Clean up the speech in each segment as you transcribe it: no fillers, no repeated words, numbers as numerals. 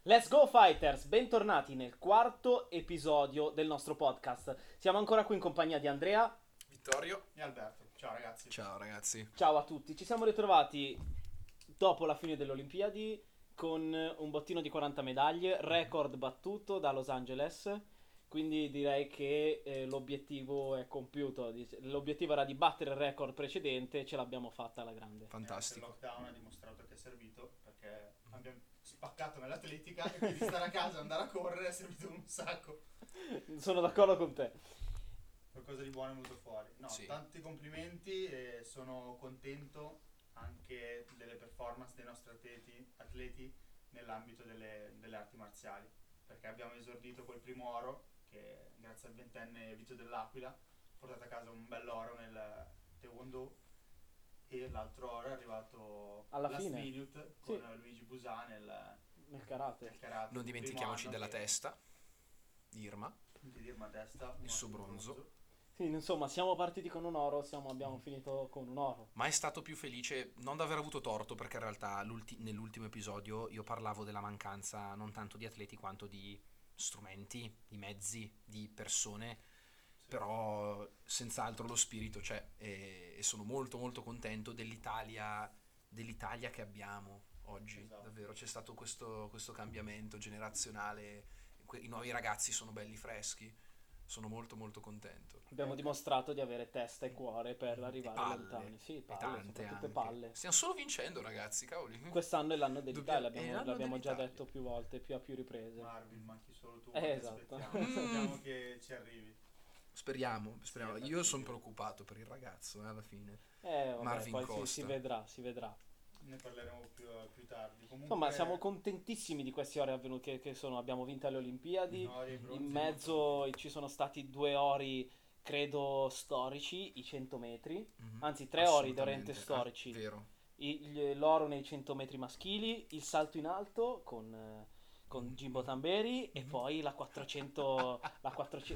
Let's go fighters, bentornati nel quarto episodio del nostro podcast. Siamo ancora qui in compagnia di Andrea. Vittorio e Alberto. Ciao ragazzi. Ciao ragazzi. Ciao a tutti, ci siamo ritrovati dopo la fine delle Olimpiadi con un bottino di 40 medaglie, record battuto da Los Angeles, quindi direi che l'obiettivo è compiuto. L'obiettivo era di battere il record precedente e ce l'abbiamo fatta alla grande. Fantastico. Il lockdown ha dimostrato che è servito, perché abbiamo spaccato nell'atletica e quindi stare a casa e andare a correre è servito un sacco. Sono d'accordo con te. Qualcosa di buono è venuto fuori. No, Sì. Tanti complimenti e sono contento anche delle performance dei nostri atleti nell'ambito delle arti marziali, perché abbiamo esordito col primo oro che grazie al ventenne Vito dell'Aquila ha portato a casa un bell'oro nel Taekwondo, e l'altro oro è arrivato Alla last fine. minute con Sì. Luigi Busà Nel karate. nel karate. Non Il dimentichiamoci primo anno della che- testa di Irma. di Irma Testa, Il un suo altro bronzo. Sì, insomma, siamo partiti con un oro, abbiamo finito con un oro. Ma è stato più felice non di aver avuto torto, perché in realtà nell'ultimo episodio io parlavo della mancanza non tanto di atleti quanto di strumenti, di mezzi, di persone. Sì. Però senz'altro lo spirito c'è e sono molto molto contento dell'Italia che abbiamo oggi. Esatto. Davvero c'è stato questo cambiamento generazionale, i nuovi ragazzi sono belli freschi, sono molto molto contento. Abbiamo dimostrato di avere testa e cuore per arrivare palle, lontani. Sì, e palle, tante soprattutto anche. palle. Stiamo solo vincendo, ragazzi, cavoli. Quest'anno è l'anno dell'Italia, L'anno l'abbiamo già dell'Italia. detto più volte, a più riprese. Marvin, manchi solo tu. Esatto. Speriamo che ci arrivi. Speriamo. Sì, Io sono sì. preoccupato per il ragazzo, alla fine. Vabbè, Marvin poi Costa. si vedrà. Ne parleremo più tardi. Comunque, Insomma, siamo contentissimi di questi ori avvenuti che sono. Abbiamo vinto alle Olimpiadi. ori e bronzi In molto mezzo ci sono stati 2 ori, credo, storici, i 100 metri. Mhm. Anzi, 3 ori Assolutamente. veramente storici. Vero. L'oro nei 100 metri maschili, il salto in alto con Jimbo Tamberi e Mhm. poi la 400, la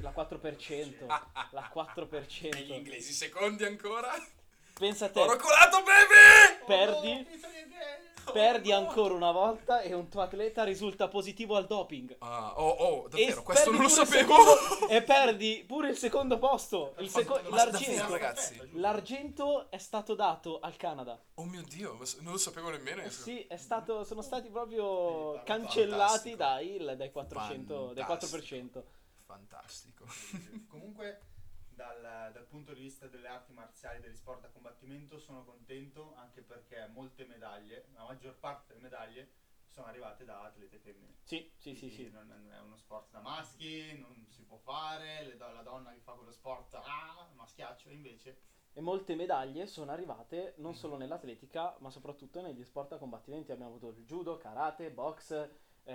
4%, la 4%. E gli inglesi secondi ancora? Pensa a te, Oro colato, baby! perdi, Oh, Italy again! perdi no. ancora una volta e un tuo atleta risulta positivo al doping. Davvero, E questo perdi non lo pure il sapevo! e perdi pure il secondo posto. L'argento. davvero, ragazzi? L'argento è stato dato al Canada. Oh mio Dio, non lo sapevo nemmeno. Sì, sono stati proprio Quindi, cancellati fantastico. dai 400, dai 4%. Fantastico. Comunque, dal punto di vista delle arti marziali, degli sport a combattimento, sono contento anche perché molte medaglie, la maggior parte delle medaglie, sono arrivate da atlete femmine. Sì. Quindi non è uno sport da maschi, non si può fare, la donna che fa quello sport, maschiaccio, invece E molte medaglie sono arrivate non solo nell'atletica, ma soprattutto negli sport a combattimenti. Abbiamo avuto il judo, karate, box,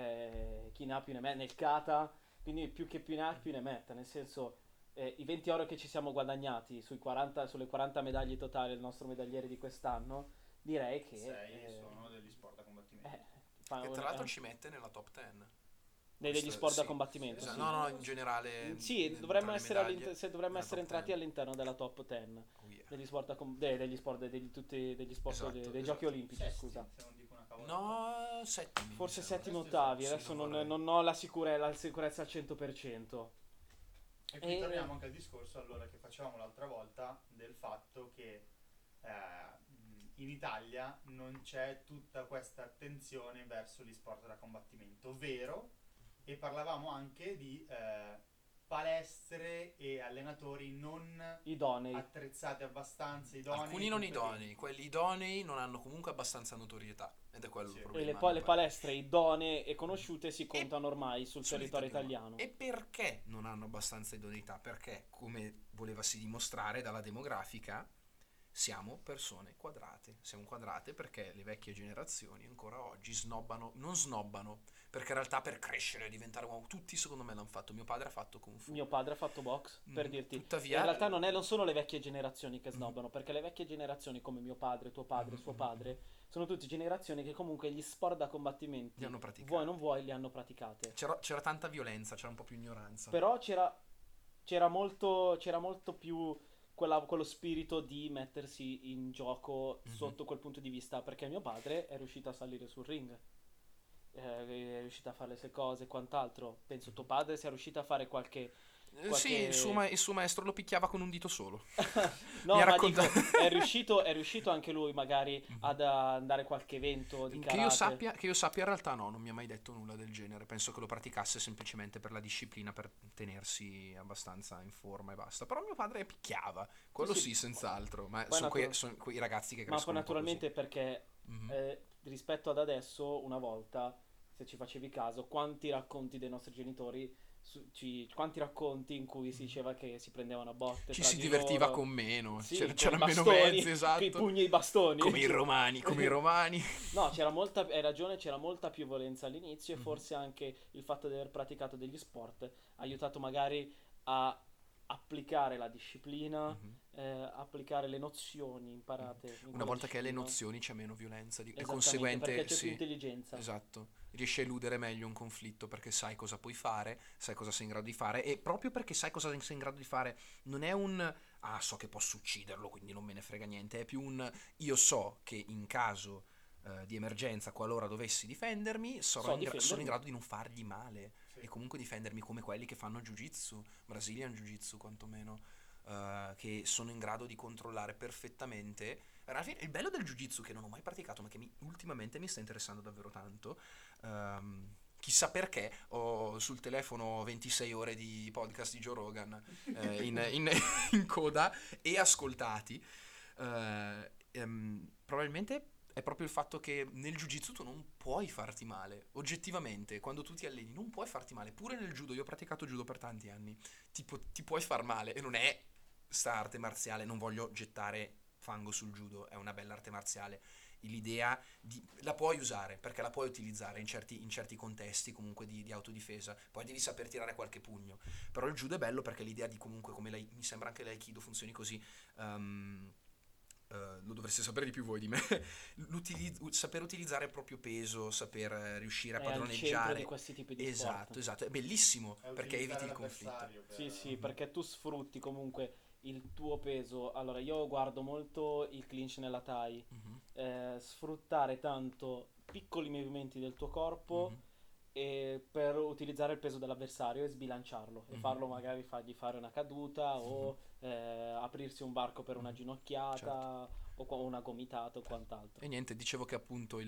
chi ne ha più ne metta, nel kata. Quindi più che più ne ha più ne metta, nel senso i 20 oro che ci siamo guadagnati sulle 40 medaglie totali del nostro medagliere di quest'anno, direi che 6 sono degli sport a combattimento. fa Che un- tra l'altro è- ci mette nella top 10. degli Questo- sport da sì. combattimento. Esatto. Sì. No, in generale. Sì, tra dovremmo le essere, medaglie, dovremmo nella essere top entrati 10. all'interno della top 10 Oh yeah. degli sport, degli sport Esatto, dei esatto. giochi olimpici, Sesti, scusa. se non dico una cavolata. No, settimi. Forse mi sembra. settimi Sesti, ottavi, sì, adesso non non, vorrei. non ho la sicurezza al 100%. E qui E- torniamo anche al discorso allora che facevamo l'altra volta del fatto che in Italia non c'è tutta questa attenzione verso gli sport da combattimento, vero? E parlavamo anche di palestre e allenatori non Idonei. attrezzati abbastanza, idonei. Alcuni non competenti. idonei, quelli idonei non hanno comunque abbastanza notorietà. Ed è quello Sì. il E problema. le palestre idonee e conosciute si contano ormai sul territorio italiano. E perché non hanno abbastanza idoneità? Perché, come volevasi dimostrare dalla demografica, siamo persone quadrate. Siamo quadrate perché le vecchie generazioni ancora oggi non snobbano, perché in realtà per crescere e diventare uomo, tutti secondo me l'hanno fatto. Mio padre ha fatto Kung Fu. Mio padre ha fatto box, per dirti. Tuttavia, In realtà non sono le vecchie generazioni che snobbano, perché le vecchie generazioni come mio padre, tuo padre, suo padre, sono tutte generazioni che comunque gli sport da combattimenti, li hanno praticati. vuoi o non vuoi, li hanno praticate. C'era tanta violenza, c'era un po' più ignoranza. Però c'era molto più quello spirito di mettersi in gioco Mhm. sotto quel punto di vista, perché mio padre è riuscito a salire sul ring. è riuscita a fare le sue cose e quant'altro. Penso tuo padre sia riuscito a fare qualche... Sì, il suo maestro lo picchiava con un dito solo. No, Mi ha ma dico, raccontato. è riuscito anche lui magari ad andare a qualche evento di Che io karate. sappia, in realtà no, non mi ha mai detto nulla del genere. Penso che lo praticasse semplicemente per la disciplina, per tenersi abbastanza in forma e basta. Però mio padre picchiava, quello Sì, sì, senz'altro. Ma poi sono natura- quei ragazzi che ma poi crescono un po' così. naturalmente perché Mhm. rispetto ad adesso, una volta, se ci facevi caso, quanti racconti dei nostri genitori, quanti racconti in cui si diceva che si prendevano a botte Ci tra si di divertiva loro, con meno, sì, con i c'erano meno bastoni, mezzi, con i esatto. pugni e i bastoni. Come i romani, come i romani. No, c'era molta, hai ragione, c'era molta più violenza all'inizio e Mhm. forse anche il fatto di aver praticato degli sport ha aiutato magari a applicare la disciplina, Mhm. applicare le nozioni Mhm. imparate in Una quella volta che hai le disciplina. nozioni c'è meno violenza, è Esattamente, perché conseguente, c'è più sì, intelligenza. esatto, riesci a eludere meglio un conflitto perché sai cosa puoi fare, sai cosa sei in grado di fare e proprio perché sai cosa sei in grado di fare non è un so che posso ucciderlo quindi non me ne frega niente, è più un io so che in caso di emergenza, qualora dovessi difendermi, So sono in difendermi. grado di non fargli male Sì. e comunque difendermi come quelli che fanno Jiu-Jitsu, Brazilian Jiu-Jitsu quantomeno, che sono in grado di controllare perfettamente. Alla fine, il bello del Jiu-Jitsu che non ho mai praticato, ma che ultimamente mi sta interessando davvero tanto, chissà perché, ho sul telefono 26 ore di podcast di Joe Rogan in coda e ascoltati. Probabilmente è proprio il fatto che nel jiu-jitsu tu non puoi farti male, oggettivamente, quando tu ti alleni non puoi farti male, pure nel judo, io ho praticato judo per tanti anni, ti puoi far male e non è sta arte marziale, non voglio gettare fango sul judo, è una bella arte marziale, l'idea la puoi usare, perché la puoi utilizzare in certi contesti comunque di autodifesa, poi devi saper tirare qualche pugno, però il judo è bello perché l'idea di comunque come mi sembra anche l'aikido funzioni così, lo dovreste sapere di più voi di me, saper utilizzare il proprio peso, saper riuscire a È al centro di padroneggiare. questi tipi di sport. Esatto, esatto, è bellissimo È perché eviti utilizzare il conflitto. l'avversario Sì, per... sì, Mhm. perché tu sfrutti comunque il tuo peso. Allora, io guardo molto il clinch nella Thai. Mhm. Sfruttare tanto piccoli movimenti del tuo corpo Mhm. e per utilizzare il peso dell'avversario e sbilanciarlo e Mhm. farlo magari fargli fare una caduta Mhm. o aprirsi un varco per una Mhm. Certo. ginocchiata o una gomitata o quant'altro. E niente, dicevo che appunto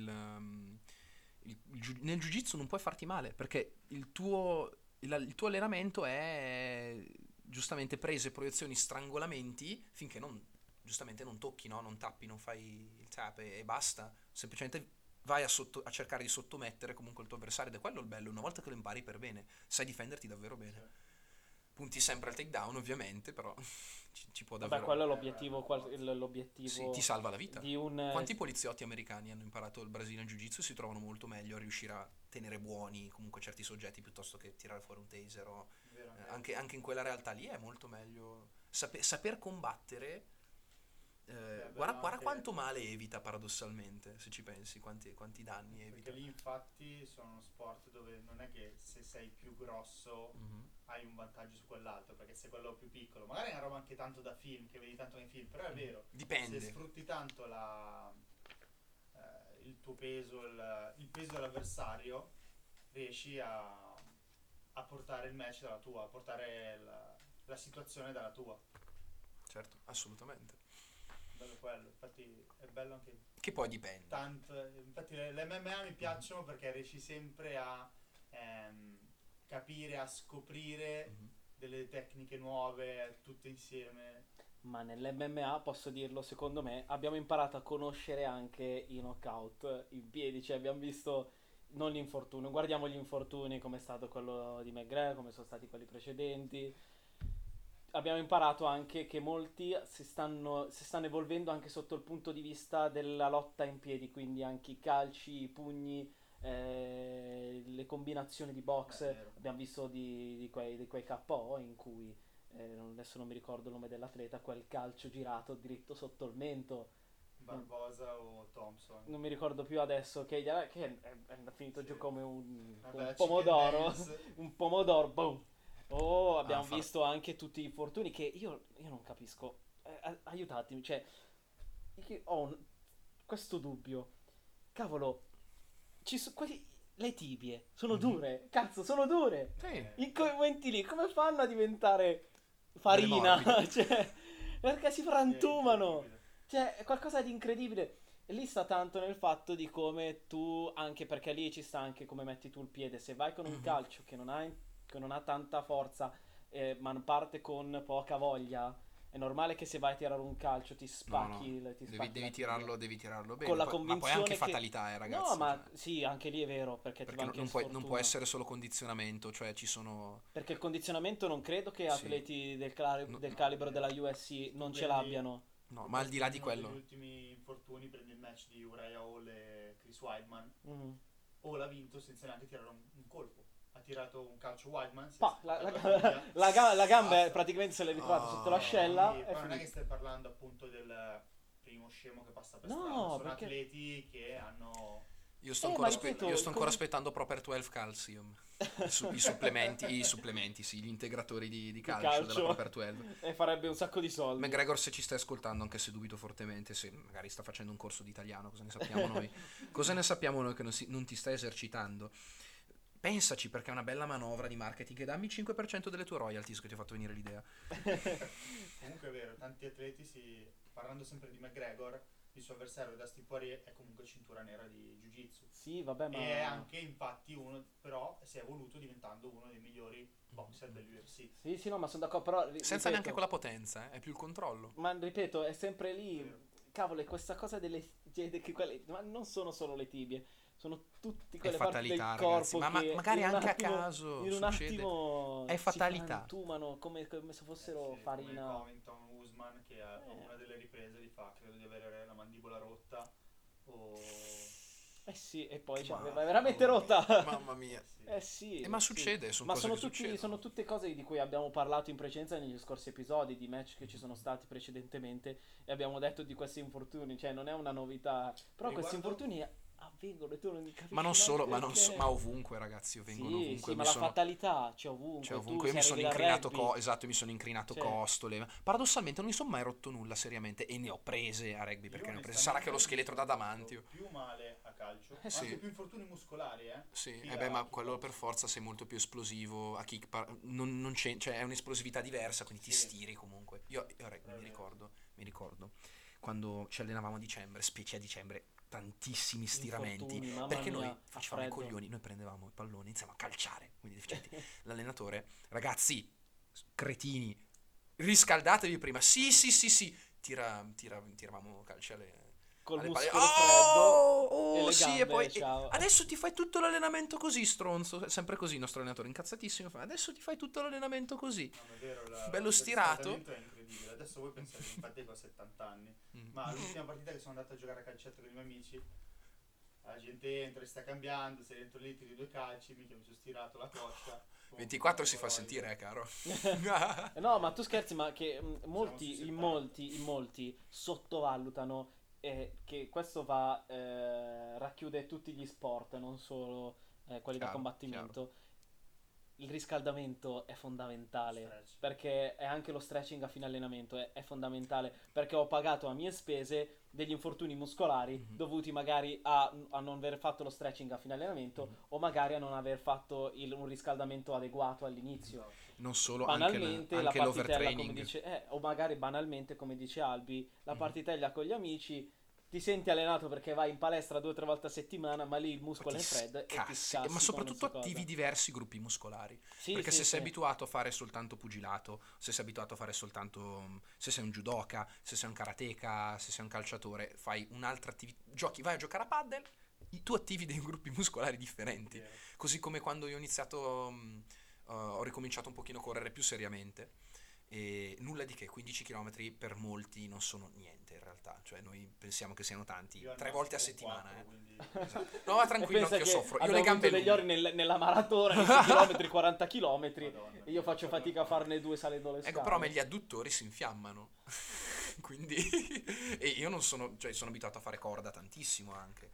nel jiu-jitsu non puoi farti male perché il tuo allenamento è giustamente prese, proiezioni, strangolamenti finché non, giustamente non tocchi, no? Non tappi, non fai il tap e basta. Semplicemente vai a cercare di sottomettere comunque il tuo avversario ed è quello il bello. Una volta che lo impari per bene, sai difenderti davvero Sì. bene. Punti sempre al takedown, ovviamente, però ci può Vabbè, davvero. quello è Beh, l'obiettivo, per forza. Sì, ti l'obiettivo salva la vita. di un... Quanti poliziotti americani hanno imparato il Brazilian Jiu-Jitsu e si trovano molto meglio a riuscire a tenere buoni comunque certi soggetti piuttosto che tirare fuori un taser Vero, anche in quella realtà lì è molto meglio saper combattere. Beh, è bello Guarda anche quanto male evita paradossalmente, se ci pensi, quanti danni perché evita. lì infatti sono sport dove non è che se sei più grosso Mhm. hai un vantaggio su quell'altro, perché sei quello più piccolo. Magari è una roba anche tanto da film, che vedi tanto nei film, però è vero, se Dipende. sfrutti tanto il tuo peso, il peso dell'avversario, riesci a portare il match dalla tua, a portare la situazione dalla tua. Certo, assolutamente. Bello quello, infatti è bello anche Che poi dipende. tanto, infatti le MMA mi piacciono perché riesci sempre a capire, a scoprire Mhm. delle tecniche nuove tutte insieme. Ma nell'MMA, posso dirlo, secondo me, abbiamo imparato a conoscere anche i knockout in piedi, cioè abbiamo visto non l'infortunio, guardiamo gli infortuni come è stato quello di McGregor, come sono stati quelli precedenti. Abbiamo imparato anche che molti si stanno evolvendo anche sotto il punto di vista della lotta in piedi, quindi anche i calci, i pugni, le combinazioni di box. È vero. Abbiamo visto di quei KO in cui, adesso non mi ricordo il nome dell'atleta, quel calcio girato dritto sotto il mento. Non, Barbosa o Thompson. non mi ricordo più adesso, che è finito Sì. giù come Vabbè, un Chicken pomodoro. Nails. Un pomodoro, boom. Oh, abbiamo Far- visto anche tutti gli infortuni che io non capisco. Aiutatemi, cioè, io ho questo dubbio. Cavolo, ci so- quelli- le tibie sono dure, cazzo, sono dure. Sì. In quei momenti lì, come fanno a diventare farina? morbide. Cioè, perché si frantumano. incredibile. Cioè, è qualcosa di incredibile. E lì sta tanto nel fatto di come tu, anche perché lì ci sta anche come metti tu il piede. Se vai con un Mhm. calcio che non ha tanta forza, ma parte con poca voglia, è normale che se vai a tirare un calcio ti No, spacchi, no. ti Devi, spacchi devi la tibia. devi tirarlo bene. Con la Ma poi convinzione anche che... fatalità, ragazzi. No, ma cioè. sì, anche lì è vero, perché ti Perché va anche non in può, non può sfortuna. essere solo condizionamento, cioè ci sono... Perché il condizionamento non credo che Sì. atleti No, del calibro della USC non ce Prendi- l'abbiano. no, Tu ma al di là di prendi uno quello... degli ultimi infortuni, prendi il match di Uriah Hall e Chris Weidman. Mm. Hall ha vinto senza neanche tirare un colpo. Ha tirato un calcio Weidman. Pa, la gamba praticamente se l'è ritrovata Ah. sotto l'ascella. Sì, È però non è che finito. stai parlando appunto del primo scemo che passa per No, strada. Sono perché- atleti che hanno... Io sto ma ancora, ripeto, io sto ancora come- aspettando Proper 12 Calcium. I supplementi, sì, gli integratori di calcio, calcio. della Proper 12. E farebbe un sacco di soldi. McGregor, se ci stai ascoltando, anche se dubito fortemente, se magari sta facendo un corso di italiano, cosa ne sappiamo noi? Cosa ne sappiamo noi che non ti stai esercitando? Pensaci, perché è una bella manovra di marketing e dammi il 5% delle tue royalties che ti ho fatto venire l'idea. Comunque è vero, tanti atleti parlando sempre di McGregor, il suo avversario Dustin Poirier è comunque cintura nera di Jiu-Jitsu. Sì, vabbè, ma... E è anche infatti uno, però si è evoluto diventando uno dei migliori boxer dell'UFC. Sì, sì, no, ma sono d'accordo, però... Senza ripeto, neanche quella potenza, è più il controllo. Ma ripeto, è sempre lì... Vero. Cavolo, è questa cosa delle... ma non sono solo le tibie. Sono tutte È quelle parti del fatalità, corpo ragazzi, ma che magari in un anche attimo- a caso in un succede. attimo È si fatalità. frantumano come se fossero Sì, farina. come Covington, Usman, che a una delle riprese gli fa, credo di avere la mandibola rotta. O... Eh sì, e poi Ma- aveva veramente rotta. Mamma mia. Sì. Eh sì. Ma sì. succede, sono Ma cose sono che tutti, succedono. sono tutte cose di cui abbiamo parlato in precedenza negli scorsi episodi, di match che ci sono stati precedentemente e abbiamo detto di questi infortuni, cioè non è una novità. Però questi Riguardo- infortuni avvengono e tu non capisci Ma non solo, neanche perché. ma ovunque, ragazzi, vengono Sì, ovunque. sì, ma la fatalità c'è ovunque. Cioè, Tu ovunque io mi se sono arrivi dal incrinato rugby- esatto, mi sono incrinato Cioè- costole. Paradossalmente non mi sono mai rotto nulla seriamente e ne ho prese a rugby perché Io ne ho prese. Sarà che ho lo onestamente scheletro da mi sono damantio. fatto più male a calcio, sì. anche più infortuni muscolari, Sì, che beh, ma a quello per kickboxing. forza sei molto più esplosivo a kick non c'è, cioè è un'esplosività diversa, quindi ti Sì. stiri comunque. Io a rugby È mi vero. ricordo quando ci allenavamo a dicembre, specie a dicembre, tantissimi stiramenti, Infortuni, mamma perché noi mia, facevamo i a freddo. coglioni, noi prendevamo il pallone, iniziamo a calciare, quindi deficienti. L'allenatore, ragazzi, cretini, riscaldatevi prima. Sì, tiravamo calci Col alle muscolo palle. freddo e le Sì, gambe, e poi ciao. adesso ti fai tutto l'allenamento così, stronzo. Sempre così il nostro allenatore, incazzatissimo, fa, adesso ti fai tutto l'allenamento così. No, ma è vero, Bello il stirato. riscaldamento è incredibile. Adesso voi pensate, infatti che ho 70 anni, Mm. ma l'ultima partita che sono andato a giocare a calcetto con i miei amici, la gente entra e sta cambiando, sei dentro lì, tiri due calci, mica mi sono stirato la coscia. 24 si fa sentire, caro. No, ma tu scherzi, ma che Siamo su in 70. molti sottovalutano che questo va racchiude tutti gli sport, non solo quelli da Chiaro, combattimento. Il riscaldamento è fondamentale Stretch. perché è anche lo stretching a fine allenamento è fondamentale perché ho pagato a mie spese degli infortuni muscolari Mhm. dovuti magari a non aver fatto lo stretching a fine allenamento Mhm. o magari a non aver fatto un riscaldamento adeguato all'inizio. Esatto. Non solo, Banalmente anche la partitella, come l'overtraining. dice, o magari banalmente, come dice Albi, la Mhm. partitella con gli amici, ti senti allenato perché vai in palestra 2 o 3 volte a settimana, ma lì il muscolo è freddo e ti Scassi, scassi ma soprattutto con attivi cosa. diversi gruppi muscolari. Sì, Perché sì, se sì. sei abituato a fare soltanto pugilato, se sei abituato a fare soltanto, se sei un judoka, se sei un karateka, se sei un calciatore, fai un'altra attività, vai a giocare a paddle, tu attivi dei gruppi muscolari differenti. Vero. Così come quando io ho iniziato, ho ricominciato un pochino a correre più seriamente. E nulla di che, 15 km per molti non sono niente in realtà, cioè noi pensiamo che siano tanti, Io al 3 volte a massimo settimana. 4, quindi... No, ma tranquillo, E pensa anch'io che soffro. Io abbiamo le gambe avuto degli lunghe. ori nella maratona, di 6 km, 40 km, Madonna. e io faccio fatica a farne 2 salendo le scale. Ecco, però a me gli adduttori si infiammano. Quindi e io non sono, cioè sono abituato a fare corda tantissimo anche.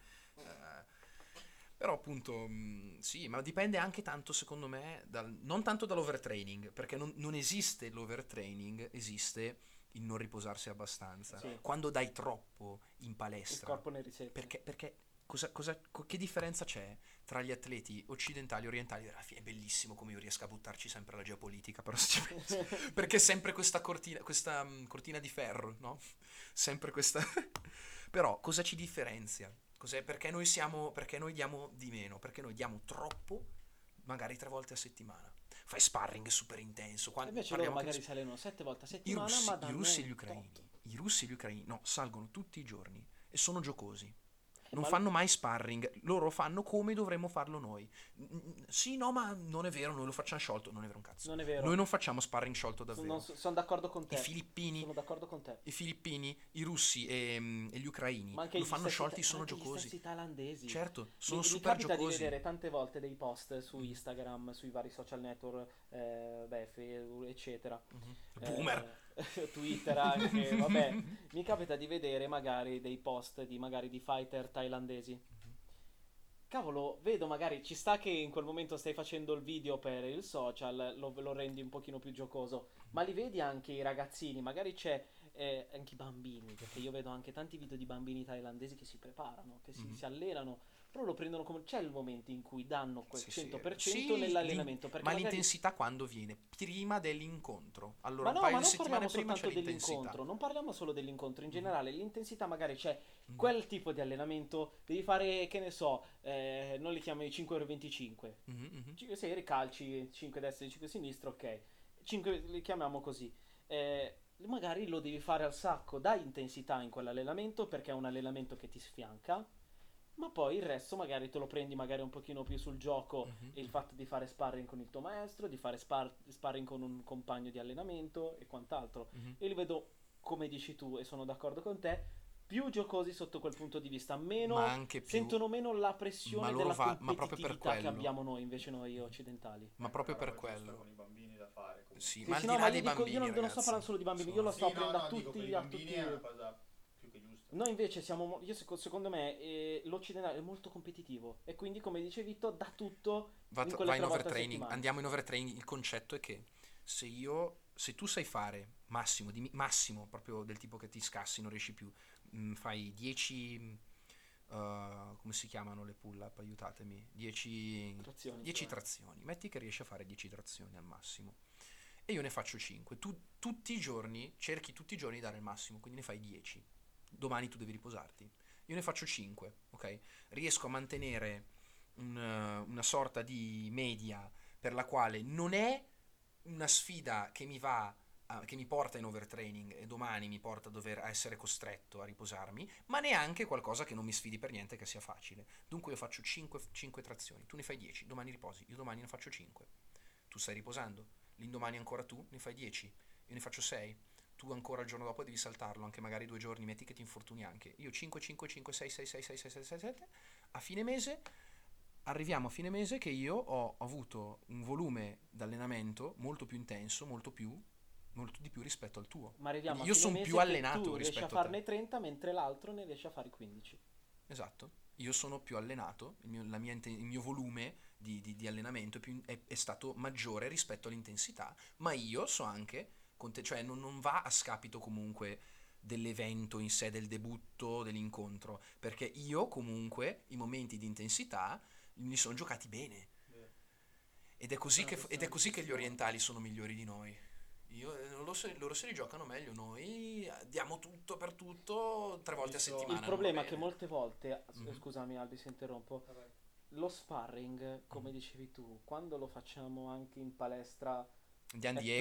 Però appunto sì, ma dipende anche tanto secondo me non tanto dall'overtraining, perché non esiste l'overtraining, esiste il non riposarsi abbastanza. Sì. Quando dai troppo in Il palestra, corpo ne risente. perché che differenza c'è tra gli atleti occidentali e orientali? Alla fine è bellissimo come io riesca a buttarci sempre la geopolitica, però se ci pensi, perché è sempre questa cortina di ferro, no? Sempre questa... Però cosa ci differenzia? Perché noi diamo di meno? Perché noi diamo troppo, magari 3 volte a settimana. Fai sparring super intenso. E invece loro magari si allenano 7 volte a settimana, ma danno i russi e gli ucraini, no, salgono tutti i giorni e sono giocosi. Non fanno mai sparring, loro fanno come dovremmo farlo noi. Sì, no, ma non è vero, noi lo facciamo sciolto. Non è vero un cazzo. Non è vero. Noi non facciamo sparring sciolto davvero. Sono d'accordo con te. Sono d'accordo con te. I filippini, i russi e gli ucraini ma anche lo fanno sciolti, sono anche giocosi. Gli stessi thailandesi. Certo, sono mi super capita giocosi. di vedere tante volte dei post su Instagram, sui vari social network, Facebook, eccetera. Boomer. Twitter anche, vabbè. Mi capita di vedere magari dei post di fighter thailandesi. Cavolo, vedo magari, ci sta che in quel momento stai facendo il video per il social, lo rendi un pochino più giocoso, ma li vedi anche i ragazzini, magari c'è anche i bambini, perché io vedo anche tanti video di bambini thailandesi che si preparano, che si allenano, però lo prendono come... C'è il momento in cui danno quel 100% nell'allenamento. Perché ma magari... l'intensità quando viene? Prima dell'incontro. Allora, ma no, un paio ma di non settimane parliamo prima soltanto c'è l'intensità. dell'incontro, non parliamo solo dell'incontro, in generale l'intensità magari c'è quel tipo di allenamento, devi fare, che ne so, non li chiami 5,25 se ricalci 5 destra e 5 sinistra, ok, 5 li chiamiamo così, magari lo devi fare al sacco, dai intensità in quell'allenamento perché è un allenamento che ti sfianca, ma poi il resto magari te lo prendi magari un pochino più sul gioco, il fatto di fare sparring con il tuo maestro, di fare sparring con un compagno di allenamento e quant'altro. E li vedo, come dici tu, e sono d'accordo con te, più giocosi sotto quel punto di vista, meno ma anche più, sentono meno la pressione della ma proprio per competitività che quello. abbiamo noi, invece noi occidentali. Ma proprio per Poi giusto quello. con i bambini da fare. Sì, Sì, ma al sì, di no, là ma dei bambini, io non sto ragazzi, parlando solo di bambini, io lo sto aprendo a dico, tutti, per i a bambini tutti. è una cosa più che giusta. Noi invece siamo, secondo me, l'occidentale è molto competitivo e quindi, come dice Vitto, dà tutto in quelle vai in 3 volte a overtraining. settimana. Andiamo in overtraining. Il concetto è che se tu sai fare massimo, proprio del tipo che ti scassi, non riesci più, fai 10 come si chiamano le pull up, aiutatemi, 10 trazioni. Metti che riesci a fare 10 trazioni al massimo e io ne faccio 5. Tu tutti i giorni cerchi tutti i giorni di dare il massimo, quindi ne fai 10. Domani tu devi riposarti. Io ne faccio 5, ok? Riesco a mantenere una sorta di media per la quale non è una sfida che mi porta in overtraining e domani mi porta a essere costretto a riposarmi, ma neanche qualcosa che non mi sfidi per niente, che sia facile. Dunque io faccio 5 trazioni, tu ne fai 10, domani riposi, io domani ne faccio 5. Tu stai riposando, l'indomani ancora tu ne fai 10, io ne faccio 6. Tu ancora il giorno dopo devi saltarlo, anche magari 2 giorni, metti che ti infortuni anche. Io 5, 5, 5, 6, 6, 6, 6, 6, 6, 6, 7. A fine mese, arriviamo a fine mese che io ho avuto un volume d'allenamento molto più intenso, molto di più rispetto al tuo. Ma arriviamo io sono più allenato tu riesci a rispetto farne a te. 30 mentre l'altro ne riesce a fare 15. Esatto, io sono più allenato, il mio volume di allenamento è stato maggiore rispetto all'intensità, ma io so anche, cioè non va a scapito comunque dell'evento in sé, del debutto, dell'incontro, perché io comunque i momenti di intensità li sono giocati bene. Ed è così che gli orientali sono migliori di noi. Loro se li giocano meglio, noi diamo tutto per tutto 3 volte a settimana. Il problema è che molte volte, scusami Albi se interrompo, lo sparring, come dicevi tu, quando lo facciamo anche in palestra è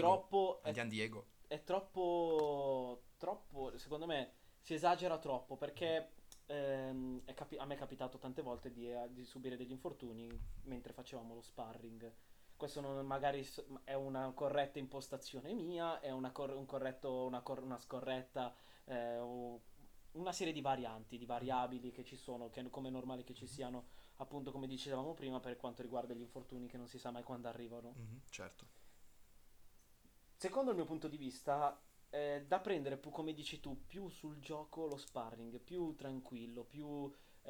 troppo, secondo me si esagera troppo, perché a me è capitato tante volte di subire degli infortuni mentre facevamo lo sparring. Questo magari è una corretta impostazione mia, è una scorretta, o una serie di varianti, di variabili che ci sono, che come è normale che ci siano, appunto come dicevamo prima, per quanto riguarda gli infortuni che non si sa mai quando arrivano. Certo. Secondo il mio punto di vista, da prendere, come dici tu, più sul gioco lo sparring, più tranquillo, più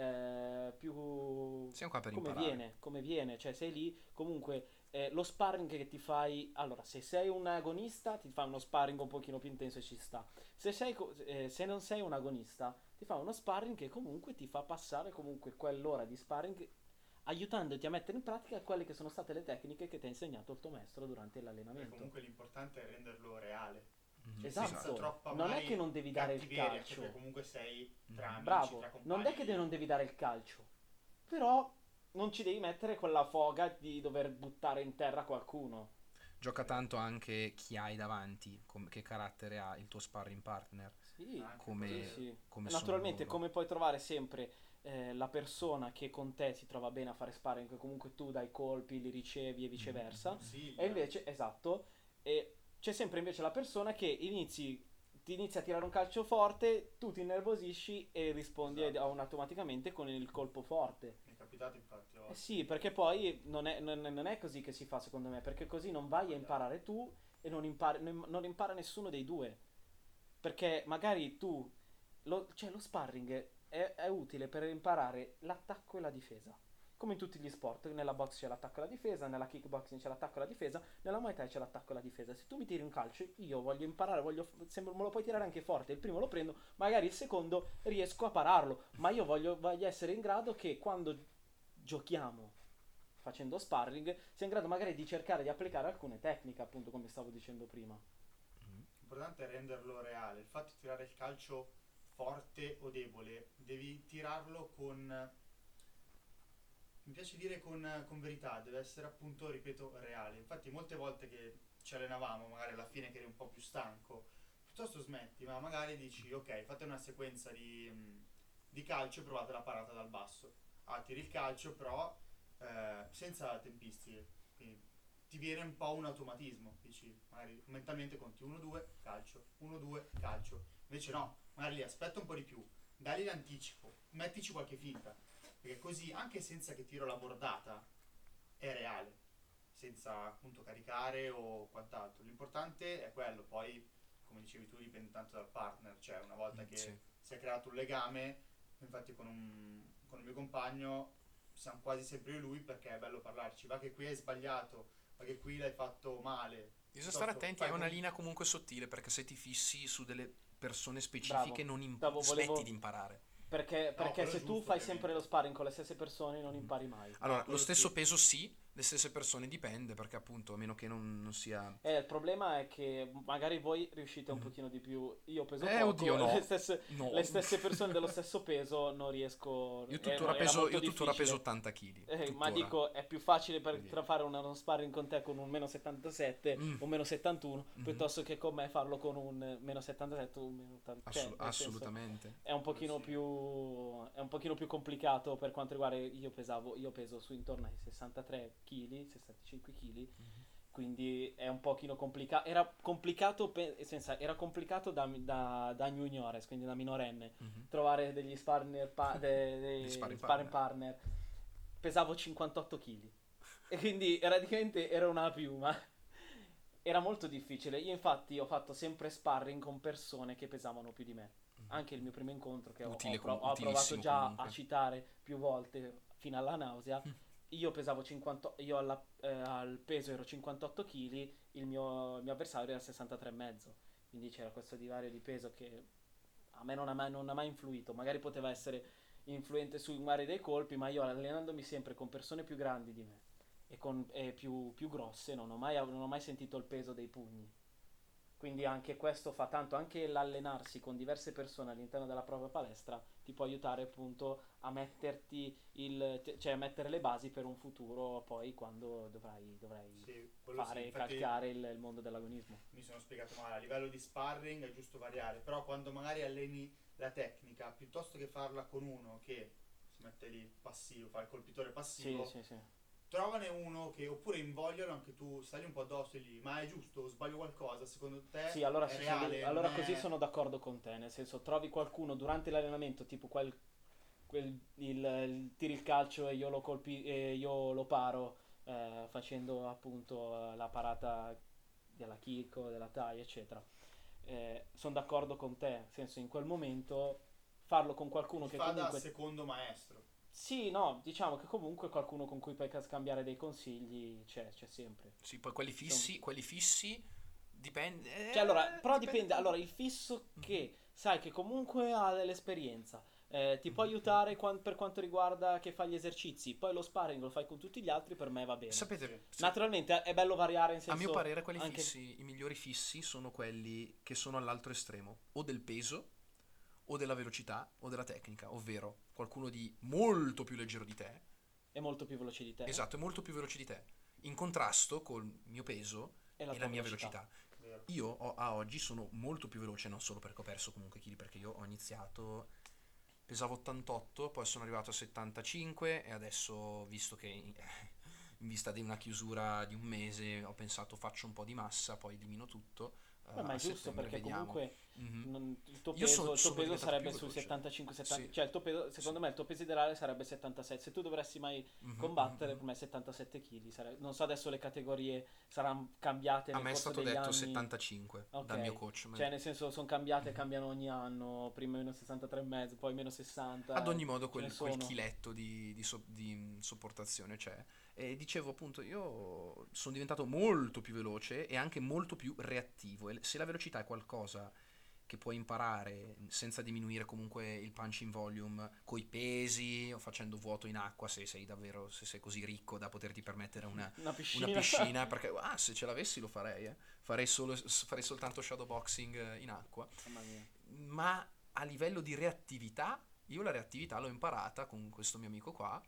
siamo qua per imparare. come viene, cioè sei lì, comunque lo sparring che ti fai, allora se sei un agonista ti fai uno sparring un pochino più intenso e ci sta, se non sei un agonista ti fa uno sparring che comunque ti fa passare comunque quell'ora di sparring, aiutandoti a mettere in pratica quelle che sono state le tecniche che ti ha insegnato il tuo maestro durante Perché l'allenamento. comunque l'importante è renderlo reale. Esatto. Senza troppa Non è magari che non devi dare il cattiveria, calcio. perché comunque sei tra amici, Bravo, tra compagni. non è che non devi dare il calcio, però non ci devi mettere quella foga di dover buttare in terra qualcuno. Gioca tanto anche chi hai davanti, che carattere ha il tuo sparring partner. Sì, Anche come- sì, sì. come sono Naturalmente, loro. come puoi trovare sempre la persona che con te si trova bene a fare sparring, che comunque tu dai colpi, li ricevi e viceversa. Sì, E invece, esatto, e c'è sempre invece la persona che ti inizia a tirare un calcio forte, tu ti innervosisci e rispondi Esatto. automaticamente con il colpo forte. mi è capitato infatti. Sì, perché poi non è così che si fa secondo me, perché così non vai a imparare tu e non impara nessuno dei due. Perché magari tu, cioè lo sparring è utile per imparare l'attacco e la difesa. Come in tutti gli sport, nella box c'è l'attacco e la difesa, nella kickboxing c'è l'attacco e la difesa, nella Muay Thai c'è l'attacco e la difesa. Se tu mi tiri un calcio, io voglio imparare, me lo puoi tirare anche forte, il primo lo prendo, magari il secondo riesco a pararlo, ma io voglio essere in grado che quando giochiamo facendo sparring sia in grado magari di cercare di applicare alcune tecniche, appunto come stavo dicendo prima. L'importante è renderlo reale. Il fatto di tirare il calcio forte o debole, devi tirarlo con... Mi piace dire con verità, deve essere appunto, ripeto, reale. Infatti molte volte che ci allenavamo, magari alla fine che eri un po' più stanco, piuttosto smetti, ma magari dici, ok, fate una sequenza di calcio e provate la parata dal basso. Tiri il calcio però senza tempistiche, quindi ti viene un po' un automatismo, dici, magari mentalmente conti 1-2, calcio, 1-2, calcio. Invece no, magari lì aspetta un po' di più, dagli l'anticipo, mettici qualche finta, perché così anche senza che tiro la bordata è reale, senza appunto caricare o quant'altro. L'importante è quello, poi come dicevi tu dipende tanto dal partner, cioè una volta che Sì. si è creato un legame, infatti con il mio compagno siamo quasi sempre lui perché è bello parlarci, va che qui hai sbagliato, va che qui l'hai fatto male. Bisogna stare Piuttosto, attenti, fai è una con- linea comunque sottile, perché se ti fissi su delle persone Bravo. specifiche Stavo- smetti volevo- di imparare. Perché quello se tu giusto, fai ovviamente. sempre lo sparring con le stesse persone non impari mai. Allora, lo quello stesso sì. peso sì, le stesse persone dipende, perché appunto, a meno che non sia... Il problema è che magari voi riuscite un pochino di più. Io peso poco, oddio, no. le stesse, No. le stesse persone dello stesso peso non riesco. Io tuttora era peso, molto io tuttora difficile. peso 80 kg. Ma dico, è più facile Quindi- fare uno sparring con te con un meno 77 Mm. o meno 71 Mhm. piuttosto che con me farlo con un meno 77 o un meno 80. Cioè, nel senso, Assolutamente. è un pochino Sì. è un pochino più complicato per quanto riguarda io peso su intorno ai 63 kg, 65 kg, quindi è un pochino complicato. Era complicato era complicato da juniores, quindi da minorenne, Mhm. trovare degli sparring, Degli sparring sparring partner. Pesavo 58 kg e quindi praticamente era una piuma. Era molto difficile. Io infatti ho fatto sempre sparring con persone che pesavano più di me. Anche il mio primo incontro che ho provato Utilissimo già comunque. a citare più volte fino alla nausea. Io pesavo 50, io al peso ero 58 kg, il mio avversario era 63,5. Quindi c'era questo divario di peso che a me non ha mai influito. Magari poteva essere influente sui mari dei colpi, ma io allenandomi sempre con persone più grandi di me e più grosse non ho mai sentito il peso dei pugni. Quindi anche questo fa tanto, anche l'allenarsi con diverse persone all'interno della propria palestra ti può aiutare appunto a cioè a mettere le basi per un futuro poi quando dovrai Sì, quello sì, fare infatti calcare il mondo dell'agonismo. mi sono spiegato male, a livello di sparring è giusto variare, però quando magari alleni la tecnica, piuttosto che farla con uno che si mette lì passivo, fa il colpitore Sì, passivo, sì, sì. trovane uno che, oppure invoglialo anche tu, stai un po' addosso e lì, ma è giusto, sbaglio qualcosa, secondo te Sì, allora, è reale? allora non così è- sono d'accordo con te, nel senso trovi qualcuno durante l'allenamento, tipo tiri il calcio e io lo paro facendo appunto la parata della kick o della Thai, eccetera. Sono d'accordo con te, nel senso in quel momento farlo con qualcuno ti che fa da comunque... secondo maestro. Sì, no, diciamo che comunque qualcuno con cui puoi scambiare dei consigli c'è sempre. Sì, poi quelli fissi dipende. Cioè, allora, però dipende dipende. tanto. Allora, il fisso che sai che comunque ha dell'esperienza, ti può aiutare per quanto riguarda che fa gli esercizi, poi lo sparring lo fai con tutti gli altri, per me va bene. Sapete, Naturalmente è bello variare in a mio senso parere quelli anche... fissi, i migliori fissi sono quelli che sono all'altro estremo, o del peso, o della velocità, o della tecnica, ovvero qualcuno di molto più leggero di te, È molto più veloce di te. esatto, è molto più veloce di te, in contrasto col mio peso E la e tua la mia velocità. velocità. Vero. Io a oggi sono molto più veloce, non solo perché ho perso comunque chili, perché io ho iniziato, pesavo 88, poi sono arrivato a 75 e adesso, visto che in vista di una chiusura di un mese, ho pensato faccio un po' di massa, poi elimino tutto. Beh, ma A è giusto settembre perché vediamo. comunque Mhm. il tuo Io peso, il tuo sono peso diventato sarebbe più sul veloce. 75-70, Sì. cioè il tuo peso, secondo Sì. me il tuo peso ideale sarebbe 76. Se tu dovessi mai Mhm, combattere, mhm. per me 77 kg. Non so adesso le categorie saranno cambiate A nel me è corso stato degli detto anni. 75 dal mio Ok, coach. cioè nel senso sono cambiate, Mhm. cambiano ogni anno, prima meno 63,5, poi meno 60, Ad ogni modo ce ne quel sono. chiletto di sopportazione c'è. E dicevo appunto, io sono diventato molto più veloce e anche molto più reattivo. E se la velocità è qualcosa che puoi imparare senza diminuire comunque il punch in volume coi pesi o facendo vuoto in acqua, se sei davvero, se sei così ricco da poterti permettere Una una piscina. piscina, perché se ce l'avessi lo farei, eh. Farei soltanto shadowboxing in acqua. Mamma mia. Ma a livello di reattività, io la reattività l'ho imparata con questo mio amico qua.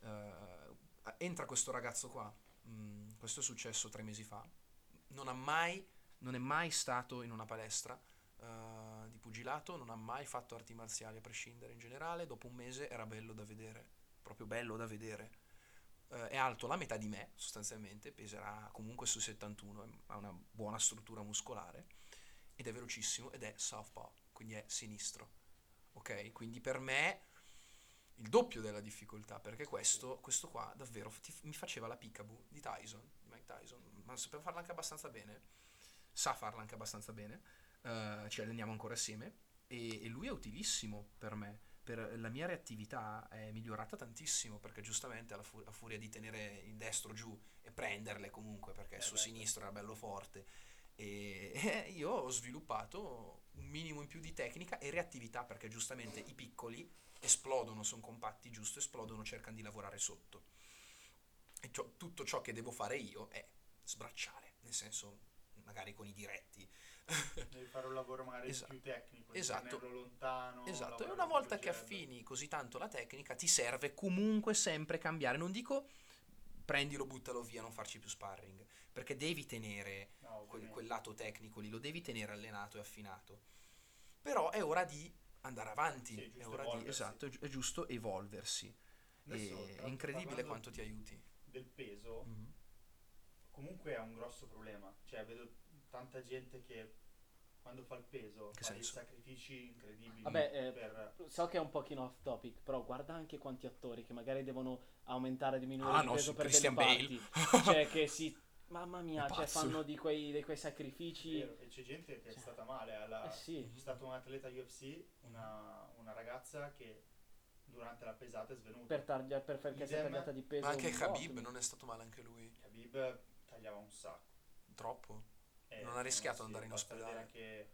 Entra questo ragazzo qua, questo è successo 3 mesi fa, non ha mai, non è mai stato in una palestra di pugilato, non ha mai fatto arti marziali a prescindere in generale, dopo un mese era bello da vedere, proprio bello da vedere. È alto la metà di me sostanzialmente, peserà comunque su 71, ha una buona struttura muscolare ed è velocissimo ed è southpaw, quindi è sinistro. Ok? Quindi per me il doppio della difficoltà, perché questo qua davvero mi faceva la peekaboo di Tyson, di Mike Tyson, ma sapeva farla anche abbastanza bene, sa farla anche abbastanza bene, ci alleniamo ancora assieme e lui è utilissimo per me, per la mia reattività è migliorata tantissimo, perché giustamente a furia di tenere il destro giù e prenderle comunque, perché il suo sinistro era bello forte, e io ho sviluppato un minimo in più di tecnica e reattività, perché giustamente i piccoli esplodono, sono compatti, giusto, esplodono, cercano di lavorare sotto. E tutto ciò che devo fare io è sbracciare, nel senso, magari con i diretti. Devi fare un lavoro magari Esatto. più tecnico, di Esatto. tenerlo lontano, Esatto, e lavorare una con volta il che jab. affini così tanto la tecnica, ti serve comunque sempre cambiare. Non dico prendilo, buttalo via, non farci più sparring, perché devi tenere No, ovviamente. quel lato tecnico lì, lo devi tenere allenato e affinato. Però è ora di andare avanti, Sì, è giusto è ora di, evolversi. esatto, è giusto evolversi. Adesso, tra È l'altro, incredibile parlando quanto ti aiuti. del peso, Mhm. comunque è un grosso problema. Cioè, vedo tanta gente che quando fa il peso Che fa dei senso? sacrifici incredibili Vabbè, per... so che è un pochino off topic, però guarda anche quanti attori che magari devono aumentare, diminuire Ah di no, peso su per Christian delle Bale. parti. Cioè che si... Mamma È mia, cioè pazzo. fanno di quei È sacrifici... vero, e c'è gente che è Cioè, stata male. sì. C'è stata un'atleta UFC, una ragazza che durante la pesata è svenuta. Perché si è Idem. tagliata di peso Ma anche un Khabib botto. non è stato male anche lui. Khabib tagliava un sacco. Troppo. E Non ha rischiato di sì, andare in basta vedere ospedale. anche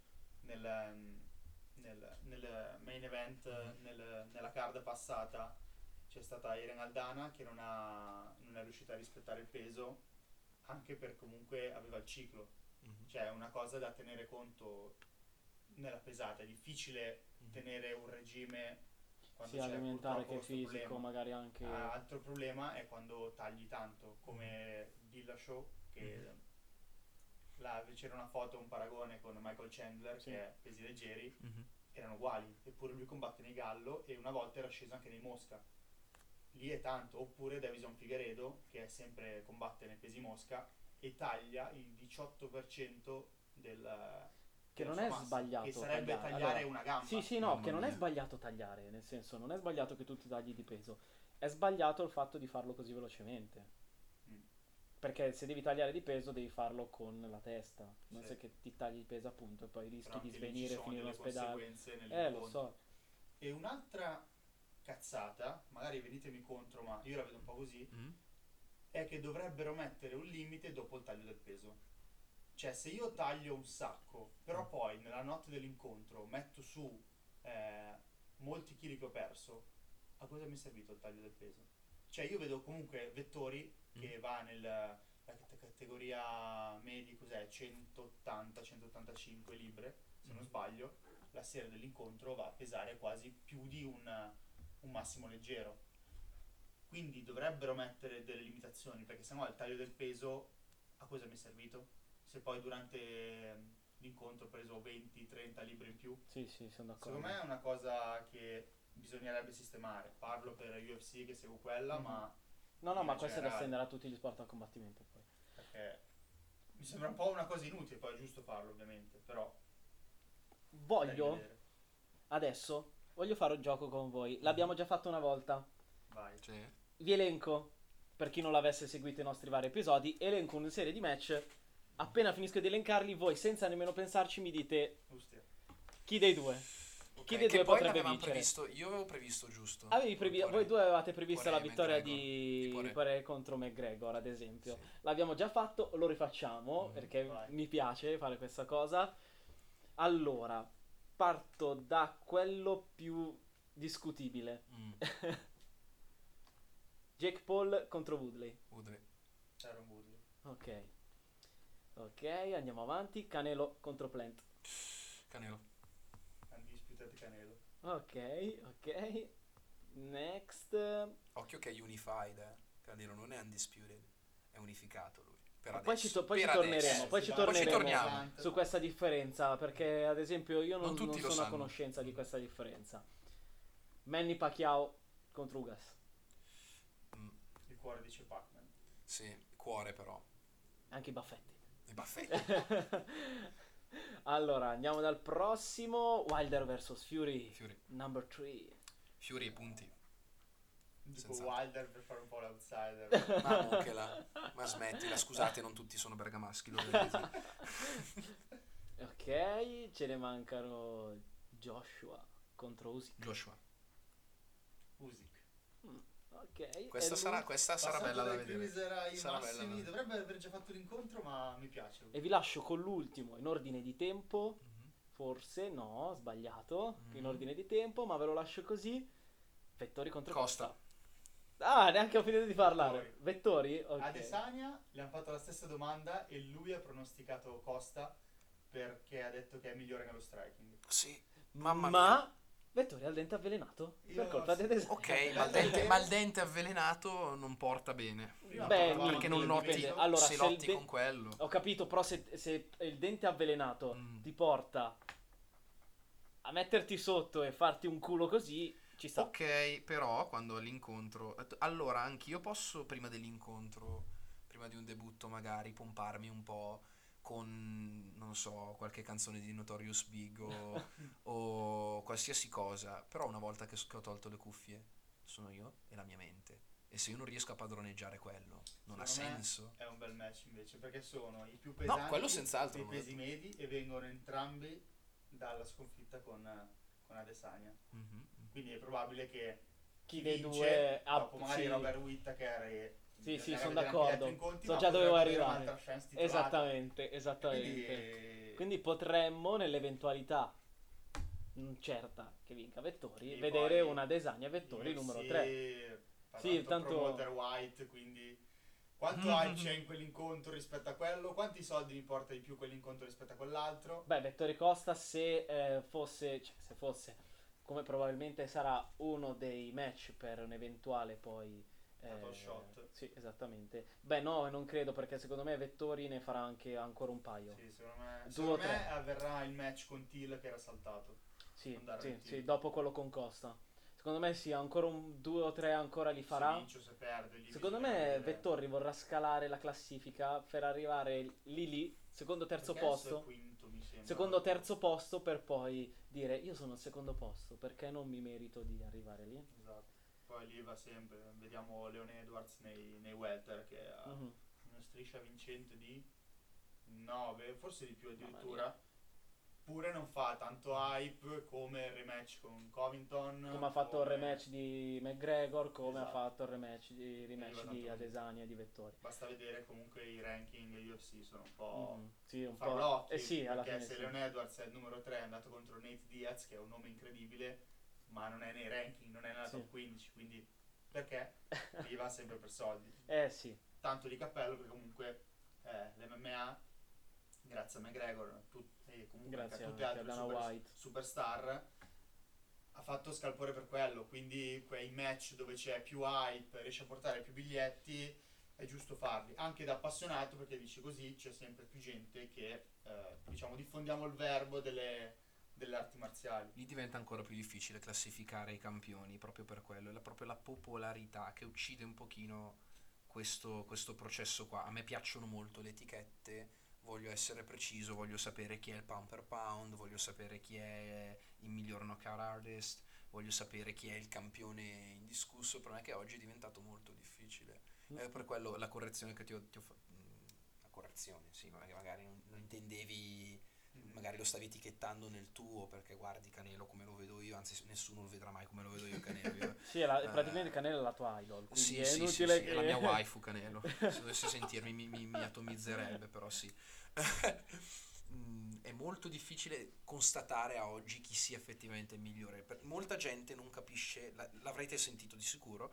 nel main event, nella card passata, c'è stata Irene Aldana che non è riuscita a rispettare il peso, anche per comunque aveva il ciclo. Mhm. Cioè è una cosa da tenere conto nella pesata, è difficile tenere un regime quando Sia c'è alimentare purtroppo che questo fisico, problema. magari anche... Altro problema è quando tagli tanto, come Dillashaw, che là c'era una foto, un paragone con Michael Chandler, Sì. che è pesi leggeri, Mhm. erano uguali, eppure lui combatte nei gallo e una volta era sceso anche nei mosca. Lì è tanto. Oppure Davison Figueredo, che è sempre combatte nei pesi mosca e taglia il 18% Che della non sua è massa, sbagliato che sarebbe tagliare. tagliare Allora, una gamba. sì, sì, no, Mamma che non è mia. sbagliato tagliare, nel senso, non è sbagliato che tu ti tagli di peso, è sbagliato il fatto di farlo così velocemente. Mm. Perché se devi tagliare di peso devi farlo con la testa, non Sì. se che ti tagli di peso appunto e poi rischi Però di anche lì ci svenire e sono finire in delle ospedale. conseguenze nel Lo so. E un'altra cazzata, magari venitemi contro, ma io la vedo un po' così, Mhm. è che dovrebbero mettere un limite dopo il taglio del peso. Cioè, se io taglio un sacco, però poi nella notte dell'incontro metto su molti chili che ho perso, a cosa mi è servito il taglio del peso? Cioè, io vedo comunque Vettori che va nella categoria medi, cos'è? 180-185 libbre, se non sbaglio, la sera dell'incontro va a pesare quasi più di un massimo leggero. Quindi dovrebbero mettere delle limitazioni, perché sennò il taglio del peso a cosa mi è servito? Se poi durante l'incontro ho preso 20-30 libbre in più. Sì, sono d'accordo. Secondo me è una cosa che bisognerebbe sistemare. Parlo per UFC che seguo quella, ma No, in ma questo è da generale, estendere a tutti gli sport a combattimento poi. perché mi sembra un po' una cosa inutile, poi è giusto farlo ovviamente, però da Voglio rivedere. adesso fare un gioco con voi. L'abbiamo già fatto una volta. Vai. Sì. Vi elenco, per chi non l'avesse seguito i nostri vari episodi, elenco una serie di match. Appena finisco di elencarli, voi senza nemmeno pensarci mi dite Ostia. chi dei due. Chi Ok, dei che due poi potrebbe l'avevamo vincere. previsto, io avevo previsto giusto. Voi due avevate previsto Poirier la vittoria McGregor. di Poirier. Poirier contro McGregor, ad esempio. Sì. L'abbiamo già fatto, lo rifacciamo perché Vai. mi piace fare questa cosa. Allora, parto da quello più discutibile. Mm, Jake Paul contro Woodley. Woodley. Aaron Woodley. Ok, andiamo avanti. Canelo contro Plant. Canelo. Undisputed Canelo. Ok. Next. Occhio che è unified, Canelo non è undisputed, è unificato lui. Per Ma poi adesso. poi ci Per torneremo. adesso. Poi ci Sì, torneremo torniamo. su questa differenza. Perché, ad esempio, io non tutti lo sono a sanno. conoscenza di questa differenza. Manny Pacquiao contro Ugas. Mm, Il cuore dice Pac-Man. sì, cuore però. Anche i baffetti. I baffetti. Allora, andiamo dal prossimo. Wilder vs Fury. Fury. Number 3. Fury e punti. Tipo Senz'altro. Wilder per fare un po' l'outsider. Ma mucchela. Ma smettila, scusate, non tutti sono bergamaschi, lo vedete. Ok, ce ne mancano Joshua contro Usyk. Joshua. Usyk. Ok. Questa e sarà bella da dai vedere. Cruiser ai Sarà bella massimi, da- dovrebbe aver già fatto l'incontro, ma mi piace. E vi lascio con l'ultimo in ordine di tempo. Mhm. Forse no, sbagliato. Mhm. In ordine di tempo, ma ve lo lascio così. Vettori contro Costa. Ah, neanche ho finito di parlare. Vettori? Ok. Adesanya le hanno fatto la stessa domanda e lui ha pronosticato Costa perché ha detto che è migliore nello striking. Sì, mamma mia. Ma Vettori ha il dente avvelenato Io per colpa sì. di Adesanya. Ok, ma il dente avvelenato non porta bene. Prima Beh, parlavamo Perché non del lotti, dipende. dito. Allora, se se il lotti de- con quello. Ho capito, però se il dente avvelenato ti porta a metterti sotto e farti un culo così, ci sta. Ok, però quando all'incontro... Allora, anch'io posso prima dell'incontro, prima di un debutto magari, pomparmi un po' con, non so, qualche canzone di Notorious Big o qualsiasi cosa. Però una volta che ho tolto le cuffie, sono io e la mia mente. E se io non riesco a padroneggiare quello, non ha Secondo me senso. È un bel match invece perché sono i più pesanti quello senz'altro, dei non pesi è- medi e vengono entrambi dalla sconfitta con Adesanya. Mhm. Quindi è probabile che Chi dei vince, due dopo magari sì. Robert Whittaker e Sì, bisognerà sono vedere anche gli d'accordo. altri incontri, So ma già dove vuoi potrebbe avere arrivare. un'altra chance titolata. Esattamente. Quindi potremmo, nell'eventualità certa che vinca Vettori, Sì, vedere poi una Desagna Vettori UFC numero 3. fa Sì, tanto- promoter White, quindi quanto hype c'è in quell'incontro rispetto a quello? Quanti soldi mi porta di più quell'incontro rispetto a quell'altro? Beh, Vettori Costa se fosse, come probabilmente sarà uno dei match per un eventuale poi Title shot. Sì, esattamente. Beh, no, non credo perché secondo me Vettori ne farà anche ancora un paio. Sì, secondo me, Due secondo o me tre. avverrà il match con Till che era saltato. Sì, andare sì, avanti. sì, dopo quello con Costa. Secondo me sì, ancora un 2 o 3 ancora li farà. Se vince o se perde. Lì Secondo bisogna me vedere. Vettori vorrà scalare la classifica per arrivare lì, secondo terzo Perché adesso è posto. quinto, mi sembra. Secondo terzo posto per poi dire io sono al secondo posto, perché non mi merito di arrivare lì? Esatto. Poi lì va sempre. Vediamo Leon Edwards nei welter che ha Mhm. una striscia vincente di 9, forse di più Mamma addirittura. eppure non fa tanto hype come il rematch con Covington, Come ha fatto il rematch di McGregor, come ha Esatto. fatto il rematch di Esattamente. Adesanya e di Vettori. Basta vedere comunque i ranking UFC sono un po' Sì, un po'. farlocchi, Sì, alla perché fine se sì. Leon Edwards è il numero 3, è andato contro Nate Diaz, che è un nome incredibile, ma non è nei ranking, non è nella Sì. top 15, quindi perché? Lì va sempre per soldi. Sì. Tanto di cappello, perché comunque l'MMA, grazie a McGregor e comunque Grazie anche a tutte anche a altre Dana White. superstar, ha fatto scalpore per quello, quindi quei match dove c'è più hype, riesce a portare più biglietti, è giusto farli, anche da appassionato, perché dici così c'è sempre più gente che, diciamo, diffondiamo il verbo delle arti marziali. Lì diventa ancora più difficile classificare i campioni proprio per quello, è proprio la popolarità che uccide un pochino questo processo qua. A me piacciono molto le etichette, voglio essere preciso, voglio sapere chi è il pound per pound, voglio sapere chi è il miglior knockout artist, voglio sapere chi è il campione indiscusso. Per me che oggi è diventato molto difficile. Per quello la correzione che ti ho fatto, la correzione, sì, magari non intendevi, magari lo stavi etichettando nel tuo perché guardi Canelo come lo vedo io, anzi nessuno lo vedrà mai come lo vedo io Canelo. Sì, praticamente Canelo è la tua idol, quindi Sì, è sì, sì, inutile sì, che... è la mia waifu Canelo. Se dovessi sentirmi mi atomizzerebbe, però sì. È molto difficile constatare a oggi chi sia effettivamente il migliore. Molta gente non capisce, l'avrete sentito di sicuro,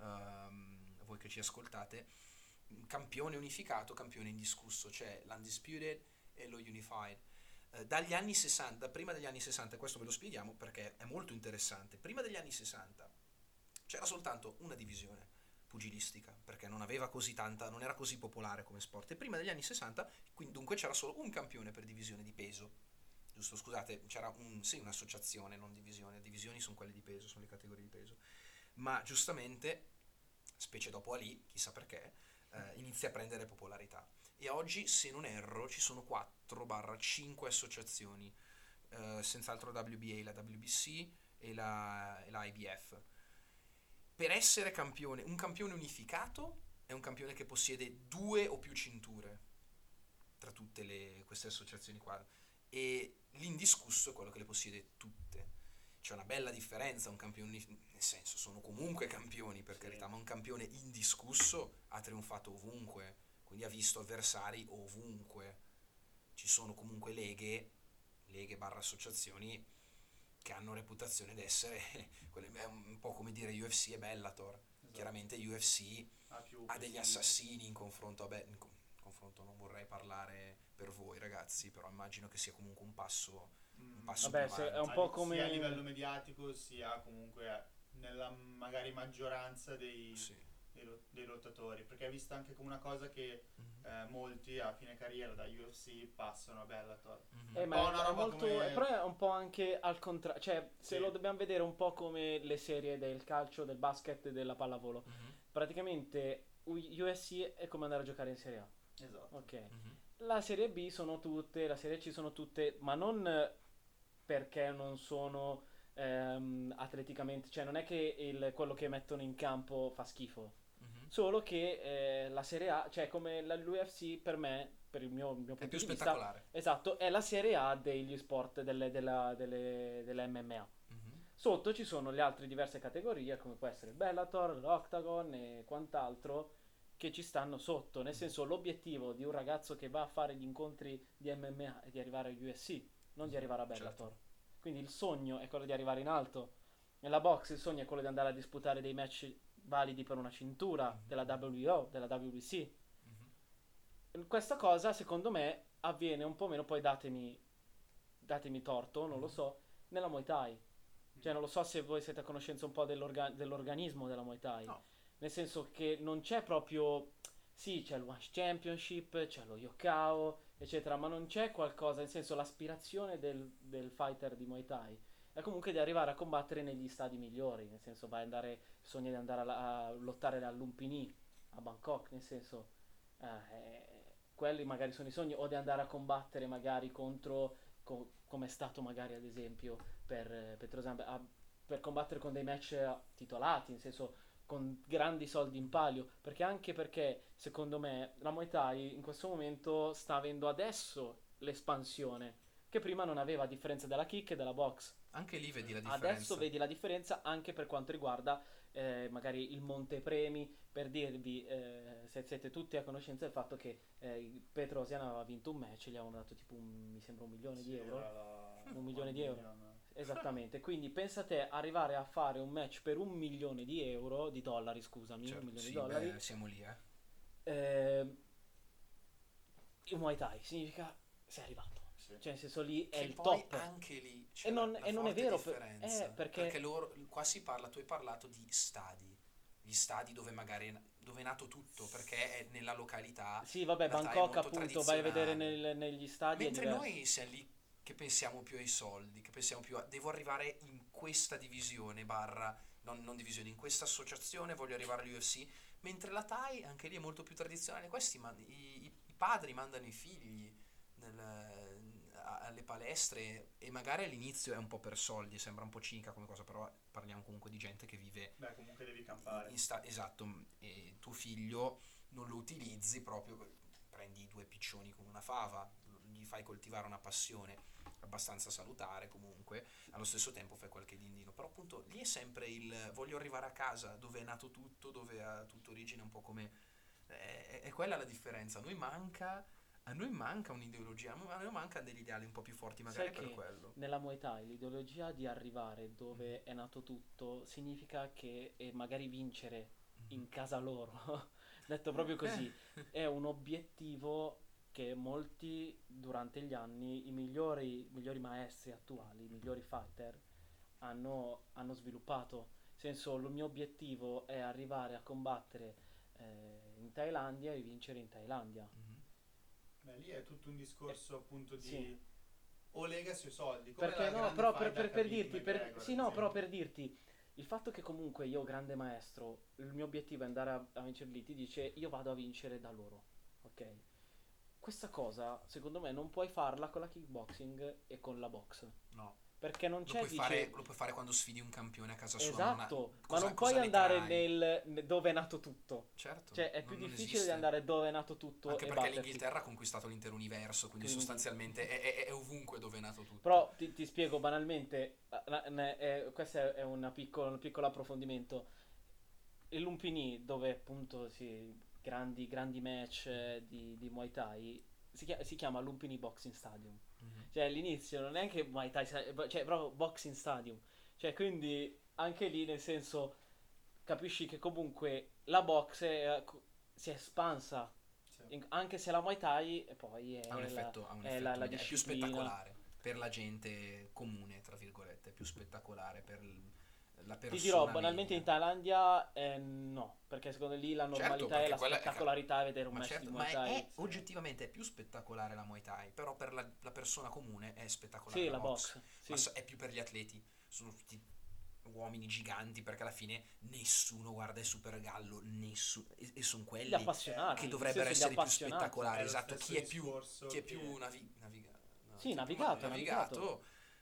voi che ci ascoltate, campione unificato, campione indiscusso, c'è l'Undisputed e lo Unified. Dagli anni 60, prima degli anni 60, questo ve lo spieghiamo perché è molto interessante. Prima degli anni 60 c'era soltanto una divisione pugilistica, perché non aveva così tanta, non era così popolare come sport. E prima degli anni 60, quindi dunque c'era solo un campione per divisione di peso. Giusto, scusate, c'era un'associazione, non divisione. Divisioni sono quelle di peso, sono le categorie di peso. Ma giustamente, specie dopo Ali, chissà perché, inizia a prendere popolarità. E oggi, se non erro, ci sono 4-5 associazioni, senz'altro WBA, la WBC e la IBF. Per essere campione, un campione unificato è un campione che possiede 2 o più cinture tra tutte queste associazioni qua, e l'indiscusso è quello che le possiede tutte. C'è una bella differenza, un campione, nel senso sono comunque campioni per carità, ma un campione indiscusso ha trionfato ovunque, quindi ha visto avversari ovunque. Ci sono comunque leghe barra associazioni che hanno reputazione di essere è un po' come dire UFC e Bellator. Esatto. Chiaramente UFC ha degli prestigio. assassini in confronto in confronto non vorrei parlare per voi ragazzi, però immagino che sia comunque un passo Vabbè, più se è avanti. un po' come... Sia a livello mediatico, sia comunque nella magari maggioranza Sì. dei lottatori, perché è vista anche come una cosa che molti a fine carriera da UFC passano a Bellator. Mhm. ma una è roba molto, come- però è un po' anche al contrario, cioè se Sì. lo dobbiamo vedere un po' come le serie del calcio, del basket e della pallavolo, Mhm. praticamente UFC è come andare a giocare in Serie A, Esatto. ok? Mhm. La Serie B sono tutte, la Serie C sono tutte, ma non perché non sono atleticamente, cioè non è che quello che mettono in campo fa schifo, Mhm. solo che la Serie A, cioè come l'UFC per me, per il mio È punto più di vista, spettacolare. esatto, è la Serie A degli sport delle MMA. Mhm. Sotto ci sono le altre diverse categorie, come può essere il Bellator, l'Octagon e quant'altro, che ci stanno sotto. Nel senso, l'obiettivo di un ragazzo che va a fare gli incontri di MMA è di arrivare a UFC, non di arrivare a Bellator. Certo. Quindi il sogno è quello di arrivare in alto. Nella box il sogno è quello di andare a disputare dei match validi per una cintura della WO, della WBC. Mhm. Questa cosa, secondo me, avviene un po' meno, poi datemi torto, non lo so, nella Muay Thai. Cioè, non lo so se voi siete a conoscenza un po' dell'organismo della Muay Thai. No. Nel senso che non c'è proprio... Sì, c'è il One Championship, c'è lo Yokao, eccetera, ma non c'è qualcosa, nel senso l'aspirazione del fighter di Muay Thai è comunque di arrivare a combattere negli stadi migliori, nel senso sogna di andare a lottare a Lumpini, a Bangkok, nel senso quelli magari sono i sogni, o di andare a combattere magari contro, come è stato magari ad esempio per Petrosan, per combattere con dei match titolati, nel senso con grandi soldi in palio, perché secondo me la Muay Thai in questo momento sta avendo adesso l'espansione, che prima non aveva, a differenza della kick e della box. Anche lì vedi la differenza. Adesso vedi la differenza anche per quanto riguarda magari il montepremi, per dirvi, se siete tutti a conoscenza del fatto che Petrosian aveva vinto un match, gli avevano dato tipo mi sembra $1 milione. $1 milione. Esattamente, quindi pensate arrivare a fare un match per $1 milione, di dollari, scusami, Certo, $1 milione sì, di dollari. beh, siamo lì, Il Muay Thai significa sei arrivato. Sì. Cioè, nel senso lì è Che il poi top. anche lì c'è E non- la e non è forte vero, differenza, perché loro, qua si parla, tu hai parlato di stadi, gli stadi dove magari dove è nato tutto, perché è nella località. Sì, vabbè, la Thai è Bangkok molto appunto, vai a vedere tradizionale. negli stadi è Mentre diverso. noi siamo lì che pensiamo più ai soldi, che pensiamo più a devo arrivare in questa divisione barra, non divisione, in questa associazione, voglio arrivare all'UFC, mentre la Thai anche lì è molto più tradizionale. Questi i padri mandano i figli alle palestre e magari all'inizio è un po' per soldi, sembra un po' cinica come cosa, però parliamo comunque di gente che vive Beh, comunque devi campare. esatto, e tuo figlio non lo utilizzi proprio, prendi due piccioni con una fava, gli fai coltivare una passione abbastanza salutare comunque, allo stesso tempo fai qualche dindino, però appunto lì è sempre il voglio arrivare a casa dove è nato tutto, dove ha tutto origine, un po' come è quella la differenza. A noi manca un'ideologia, a noi mancano degli ideali un po' più forti magari Sai per che quello. nella Muay Thai l'ideologia di arrivare dove è nato tutto significa che magari vincere in casa loro, detto proprio così, è un obiettivo che molti durante gli anni, i migliori maestri attuali, i migliori fighter, hanno sviluppato. Nel senso, il mio obiettivo è arrivare a combattere in Thailandia e vincere in Thailandia. Mhm. Beh, lì è tutto un discorso appunto di Sì. o legacy o soldi. Come Perché la no, grande però fight per Khabib dirti, McGregor, sì, ad no, però esempio. per dirti, il fatto che comunque io, grande maestro, il mio obiettivo è andare a vincere lì, ti dice io vado a vincere da loro, ok? Questa cosa, secondo me, non puoi farla con la kickboxing e con la box, No. perché non Lo c'è, puoi fare, dice, lo puoi fare quando sfidi un campione a casa sua, esatto, ma cosa, non puoi cosa ne andare trai? dove è nato tutto. Certo, Cioè, è più non difficile di esiste. andare dove è nato tutto Anche e perché batterti. l'Inghilterra ha conquistato l'intero universo, quindi Quindi- sostanzialmente è ovunque dove è nato tutto. Però ti spiego banalmente, questo è un piccolo approfondimento. Il Lumpini, dove appunto grandi match di Muay Thai, si chiama Lumpini Boxing Stadium. Mhm. Cioè all'inizio non è neanche Muay Thai, cioè proprio Boxing Stadium. Cioè quindi anche lì nel senso capisci che comunque la box si è espansa. Sì. Anche se la Muay Thai poi Ha un è effetto, ha un è effetto la è più disciplina. spettacolare per la gente comune, tra virgolette, è più spettacolare per la Ti dirò, persona banalmente media. in Thailandia no, perché secondo lì la Certo, normalità e perché la quella spettacolarità è vedere un ma match certo, di ma Muay Thai. oggettivamente è più spettacolare la Muay Thai, però per la persona comune è spettacolare Sì, la la box. box, Ma sì. è più per gli atleti, sono tutti uomini giganti perché alla fine nessuno guarda il Super Gallo, nessuno, e sono Gli quelli appassionati, che nel dovrebbero senso gli essere i più appassionati. spettacolari. È lo Esatto, stesso chi è più, discorso chi è più che- no, Sì, chi è più navigato,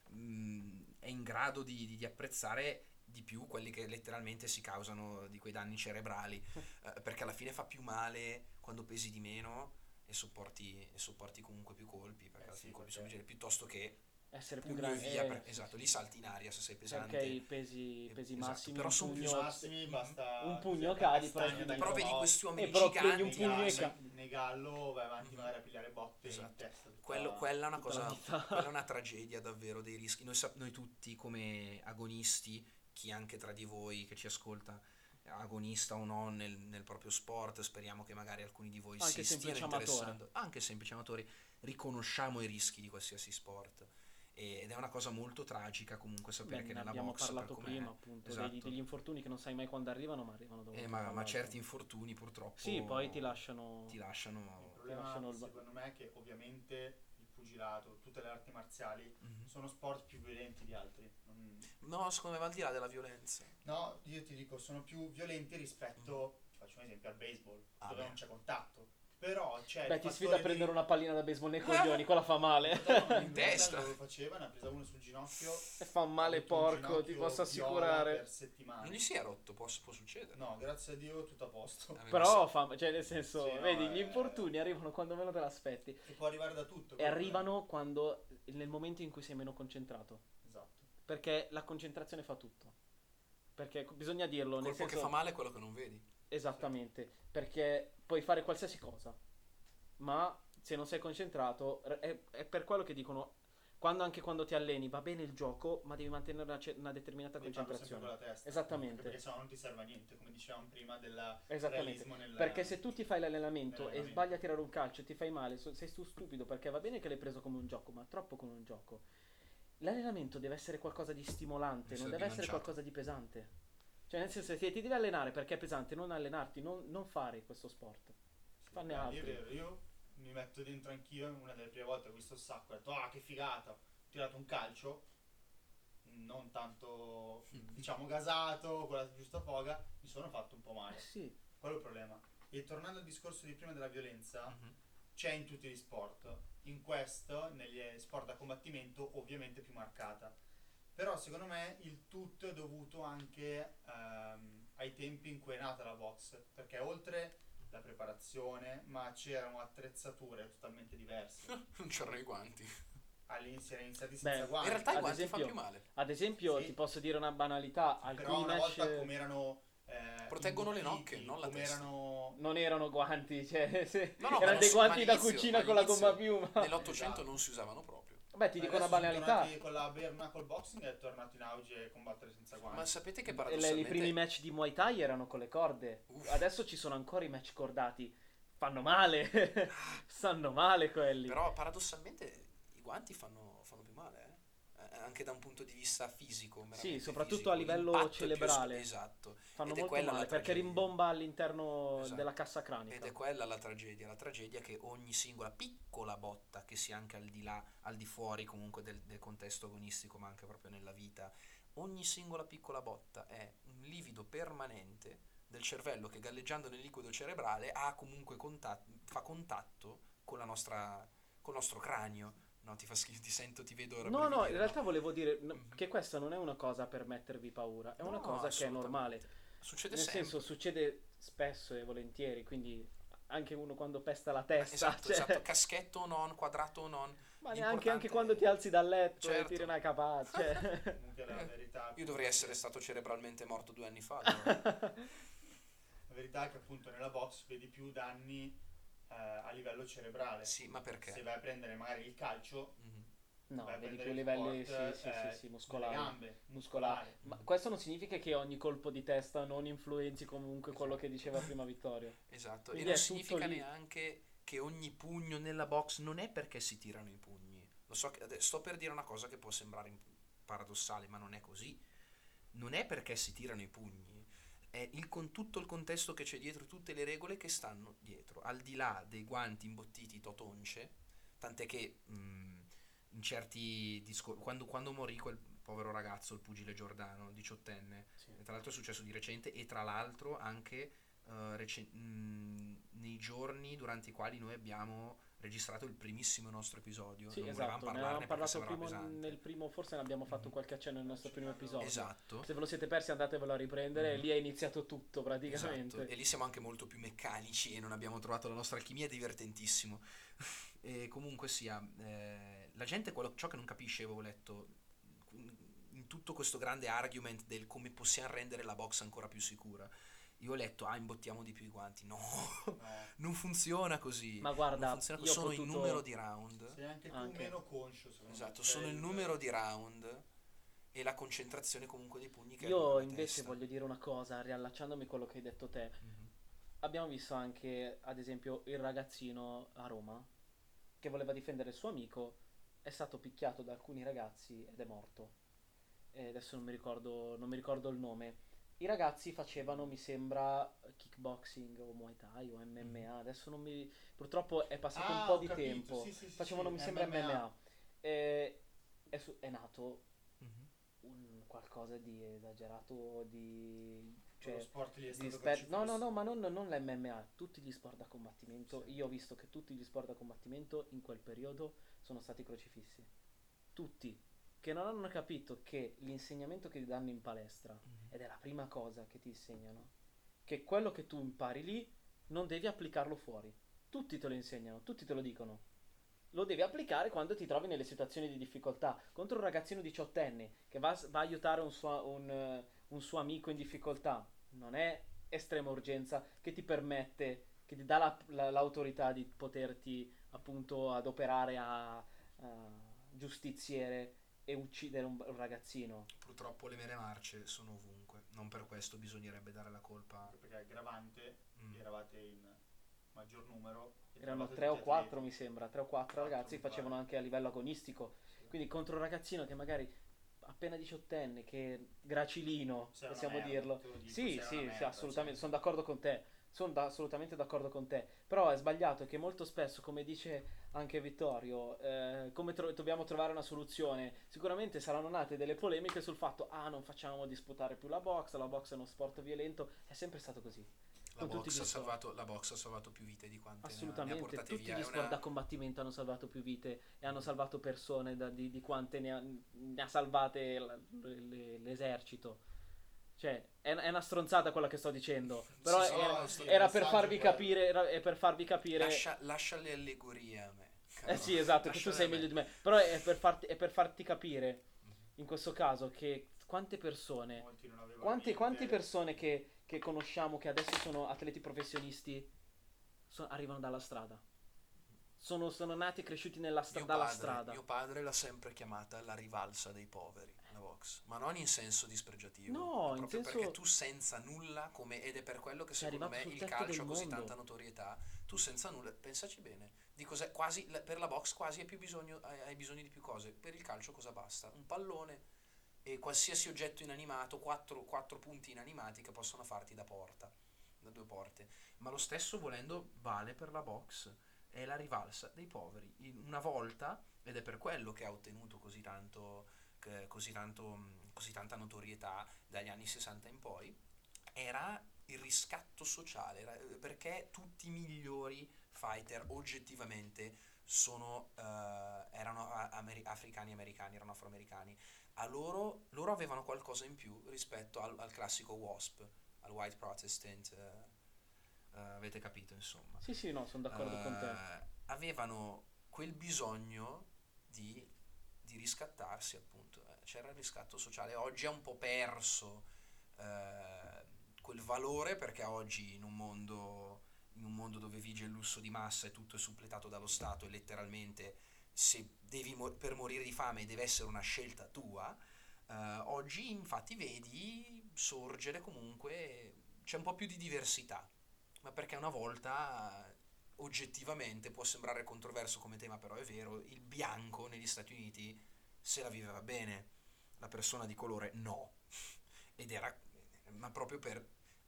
è in grado di apprezzare di più quelli che letteralmente si causano di quei danni cerebrali, perché alla fine fa più male quando pesi di meno e sopporti comunque più colpi, perché alla sì, fine i colpi perché- sono leggeri, piuttosto che Essere più pugno e grandi. via, esatto, lì salti in aria se sei pesante. Perché i pesi Esatto, massimi, però un sono più pugno, massimi basta un pugno così, cadi, stagni però dai però vedi top. questi uomini però prendi un giganti, pugno e Nei gallo vai avanti Mhm. magari a pigliare botte in Esatto. testa. Quella è una tutta la cosa, vita. quella è una tragedia davvero, dei rischi. Noi tutti come agonisti, chi anche tra di voi che ci ascolta, agonista o no nel proprio sport, speriamo che magari alcuni di voi Anche si stiano semplice amatore. interessando, anche semplici amatori, riconosciamo i rischi di qualsiasi sport. Ed è una cosa molto tragica comunque sapere Beh, che ne nella abbiamo box per parlato com'è, prima, appunto, esatto. degli infortuni che non sai mai quando arrivano, ma arrivano da un giorno ma all'altro. certi infortuni purtroppo Sì, poi ti lasciano. Il lasciano. problema lasciano il- secondo me è che ovviamente il pugilato, tutte le arti marziali Mhm. sono sport più violenti di altri. No, secondo me va al di là della violenza. No, io ti dico, sono più violenti rispetto, ti faccio un esempio, al baseball, dove beh. non c'è contatto. Però c'è Beh, il ti sfido a fattore prendere di... una pallina da baseball nei coglioni, quella fa male. In testa. Lo faceva, ne ha presa uno sul ginocchio. E fa male, ha avuto un porco, ti ginocchio posso viola assicurare. per settimane. Non gli si è rotto, può succedere. No, grazie a Dio tutto a posto. Vabbè, Però fa, cioè nel senso, Sì, no, vedi, gli infortuni arrivano quando meno te l'aspetti. E può arrivare da tutto. E arrivano quando, nel momento in cui sei meno concentrato. Esatto. Perché la concentrazione fa tutto. Perché bisogna dirlo, il nel colpo senso... che fa male è quello che non vedi. Esattamente, perché puoi fare qualsiasi cosa, ma se non sei concentrato, è per quello che dicono, anche quando ti alleni va bene il gioco, ma devi mantenere una determinata Devi farlo sempre concentrazione. con la testa. Esattamente. Perché sennò non ti serve a niente, come dicevamo prima del Esattamente, realismo nel... perché se tu ti fai l'allenamento e nell'allenamento. sbagli a tirare un calcio e ti fai male, sei tu stupido, perché va bene che l'hai preso come un gioco, ma troppo come un gioco. L'allenamento deve essere qualcosa di stimolante, non deve essere qualcosa di pesante. Cioè, nel senso, se ti devi allenare perché è pesante, non allenarti, non fare questo sport. Fanne altri. È vero, io mi metto dentro anch'io. Una delle prime volte ho visto il sacco, ho detto ah che figata, ho tirato un calcio non tanto diciamo gasato, con la giusta foga, mi sono fatto un po' male. Sì. Quello è il problema. E tornando al discorso di prima della violenza, Mhm. c'è in tutti gli sport. In questo, negli sport da combattimento, ovviamente più marcata. Però secondo me il tutto è dovuto anche ai tempi in cui è nata la box, perché oltre la preparazione, ma c'erano attrezzature totalmente diverse. Non c'erano i guanti. All'inizio era iniziati senza Beh, guanti. In realtà i ad guanti esempio- fanno più male. Ad esempio, Sì. ti posso dire una banalità, Però alcuni una match volta come erano Proteggono le imbottiti, nocche, non la come testa. erano non erano guanti, cioè, No, no, ma erano non dei si- guanti ma da all'inizio- cucina ma con la all'inizio gomma piuma. Nell'Ottocento Esatto. non si usavano proprio. Beh, ti dico una Adesso sono banalità. tornati con la bare knuckle boxing, è tornato in auge combattere senza guanti. Ma sapete che I paradossalmente primi match di Muay Thai erano con le corde. Uff. Adesso ci sono ancora i match cordati. Fanno male. Fanno male quelli. Però paradossalmente i guanti fanno più male, anche da un punto di vista fisico. Sì, meramente soprattutto fisico. a livello L'impatto è più cerebrale. esatto. Fanno Ed è molto quella male la perché tragedia. rimbomba all'interno Esatto. della cassa cranica. Ed è quella la tragedia che ogni singola piccola botta, che sia anche al di là, al di fuori comunque del contesto agonistico, ma anche proprio nella vita, ogni singola piccola botta è un livido permanente del cervello che galleggiando nel liquido cerebrale ha comunque fa contatto con la nostra, col nostro cranio. No, ti fa schifo, ti sento, ti vedo No, rabbrividire, no, in realtà volevo dire Mhm. che questa non è una cosa per mettervi paura, è una No, cosa che è assolutamente. normale. Succede Nel sempre. senso, succede spesso e volentieri, quindi anche uno quando pesta la testa, Esatto, cioè, esatto, caschetto o non, quadrato o non. ma neanche L'importante anche quando ti alzi dal letto e Certo. tiri una capace. Cioè. Comunque la verità, Io dovrei essere stato cerebralmente morto 2 anni fa. allora. la verità è che appunto nella box vedi più danni a livello cerebrale. Sì, ma perché? Se vai a prendere magari il calcio, Mhm. No, vai a vedi prendere più il livelli sport, sì, muscolari. delle gambe, Muscolari. Ma questo non significa che ogni colpo di testa non influenzi comunque quello che diceva prima Vittorio. Esatto, Quindi e è non tutto significa lì. neanche che ogni pugno nella box non è perché si tirano i pugni. Lo so che sto per dire una cosa che può sembrare paradossale, ma non è così. Non è perché si tirano i pugni, è tutto il contesto che c'è dietro, tutte le regole che stanno dietro, al di là dei guanti imbottiti totonce, tant'è che in certi discorsi, quando morì quel povero ragazzo, il pugile Giordano, 18enne, Sì. e tra l'altro è successo di recente, e tra l'altro anche nei giorni durante i quali noi abbiamo registrato il primissimo nostro episodio. Sì, non esatto, volevamo ne parlarne avevamo perché parlato sembrava prima pesante. nel primo, forse ne abbiamo fatto qualche accenno nel nostro primo episodio. Esatto. Se ve lo siete persi andatevelo a riprendere, Mhm. lì è iniziato tutto praticamente. Esatto, e lì siamo anche molto più meccanici e non abbiamo trovato la nostra alchimia, è divertentissimo. E comunque sia, la gente ciò che non capisce, avevo letto, in tutto questo grande argument del come possiamo rendere la box ancora più sicura. Io ho letto, imbottiamo di più i guanti. No, no. non funziona così. Ma guarda, non funziona io così. ho Sono il potuto- numero di round. Sei anche tu Anche. meno conscio, secondo Esatto, me. sono Cioè, il numero di round e la concentrazione comunque dei pugni che Io arrivano alla invece testa. voglio dire una cosa, riallacciandomi a quello che hai detto te. Mhm. Abbiamo visto anche, ad esempio, il ragazzino a Roma che voleva difendere il suo amico, è stato picchiato da alcuni ragazzi ed è morto. E adesso non mi ricordo il nome. I ragazzi facevano, mi sembra, kickboxing o Muay Thai o MMA. Adesso non mi... Purtroppo è passato un po' ho di capito, tempo. sì, Facevano, mi sembra, MMA. È nato Mhm. qualcosa di esagerato, Lo cioè, sport lì è stato no, crocifisso. ma non l'MMA, tutti gli sport da combattimento. Io ho visto che tutti gli sport da combattimento in quel periodo sono stati crocifissi. Tutti. Che non hanno capito che l'insegnamento che ti danno in palestra, ed è la prima cosa che ti insegnano, che quello che tu impari lì non devi applicarlo fuori. Tutti te lo insegnano, tutti te lo dicono. Lo devi applicare quando ti trovi nelle situazioni di difficoltà. Contro un ragazzino diciottenne che va a aiutare un suo amico in difficoltà, non è estrema urgenza che ti permette, che ti dà l'autorità di poterti appunto adoperare a giustiziere e uccidere un ragazzino. Purtroppo le vere marce sono ovunque, non per questo bisognerebbe dare la colpa. Anche perché aggravante, eravate in maggior numero. ed Erano eravate 3 o tutti 4 atleti. mi sembra, 3 o 4 ragazzi che mi pare. facevano anche a livello agonistico. Sì. Quindi contro un ragazzino che magari appena diciottenne, che è gracilino, Sei una possiamo merda, dirlo. te lo dico, Sì, sei una sì, sì, merda, assolutamente, cioè. sono d'accordo con te. Assolutamente d'accordo con te. Però è sbagliato che molto spesso, come dice anche Vittorio, come dobbiamo trovare una soluzione, sicuramente saranno nate delle polemiche sul fatto, non facciamo disputare più la box è uno sport violento, è sempre stato così. Con tutti gli sport. La box ha salvato più vite di quante ne ha Assolutamente, portate tutti via. gli È sport da una... combattimento hanno salvato più vite e hanno salvato persone di quante ne ha salvate l'esercito. Cioè, è una stronzata quella che sto dicendo, però Sì, sì, No, sì, il era per messaggio farvi è quello. capire, è per farvi capire. lascia le allegorie a me. Sì, esatto, che tu Lasciale sei a me. meglio di me, però è per farti capire, in questo caso, che quante persone, Molti non avevano quante niente. persone che conosciamo, che adesso sono atleti professionisti, arrivano dalla strada. Sono nati e cresciuti dalla strada. Mio padre l'ha sempre chiamata la rivalsa dei poveri, la box, ma non in senso dispregiativo, No, ma in proprio senso perché tu senza nulla, ed è per quello che sei secondo arrivato me sul il tetto del calcio ha così mondo. tanta notorietà, tu senza nulla, pensaci bene, di cos'è, quasi, per la box quasi hai bisogno di più cose, per il calcio cosa basta? Un pallone e qualsiasi oggetto inanimato, quattro punti inanimati che possono farti da porta, da due porte, ma lo stesso volendo vale per la box. È la rivalsa dei poveri. Una volta, ed è per quello che ha ottenuto così tanta notorietà dagli anni 60 in poi, era il riscatto sociale, perché tutti i migliori fighter oggettivamente erano africani americani, erano afroamericani. Loro avevano qualcosa in più rispetto al classico WASP, al White Protestant. Avete capito, insomma. Sì, sì, no, sono d'accordo con te. Avevano quel bisogno di riscattarsi, appunto. C'era il riscatto sociale. Oggi è un po' perso quel valore, perché oggi in un mondo dove vige il lusso di massa e tutto è suppletato dallo Stato e letteralmente se devi per morire di fame deve essere una scelta tua. Oggi infatti vedi sorgere comunque, c'è un po' più di diversità, ma perché una volta oggettivamente può sembrare controverso come tema, però è vero, il bianco negli Stati Uniti se la viveva bene, la persona di colore no. Ed era, ma proprio per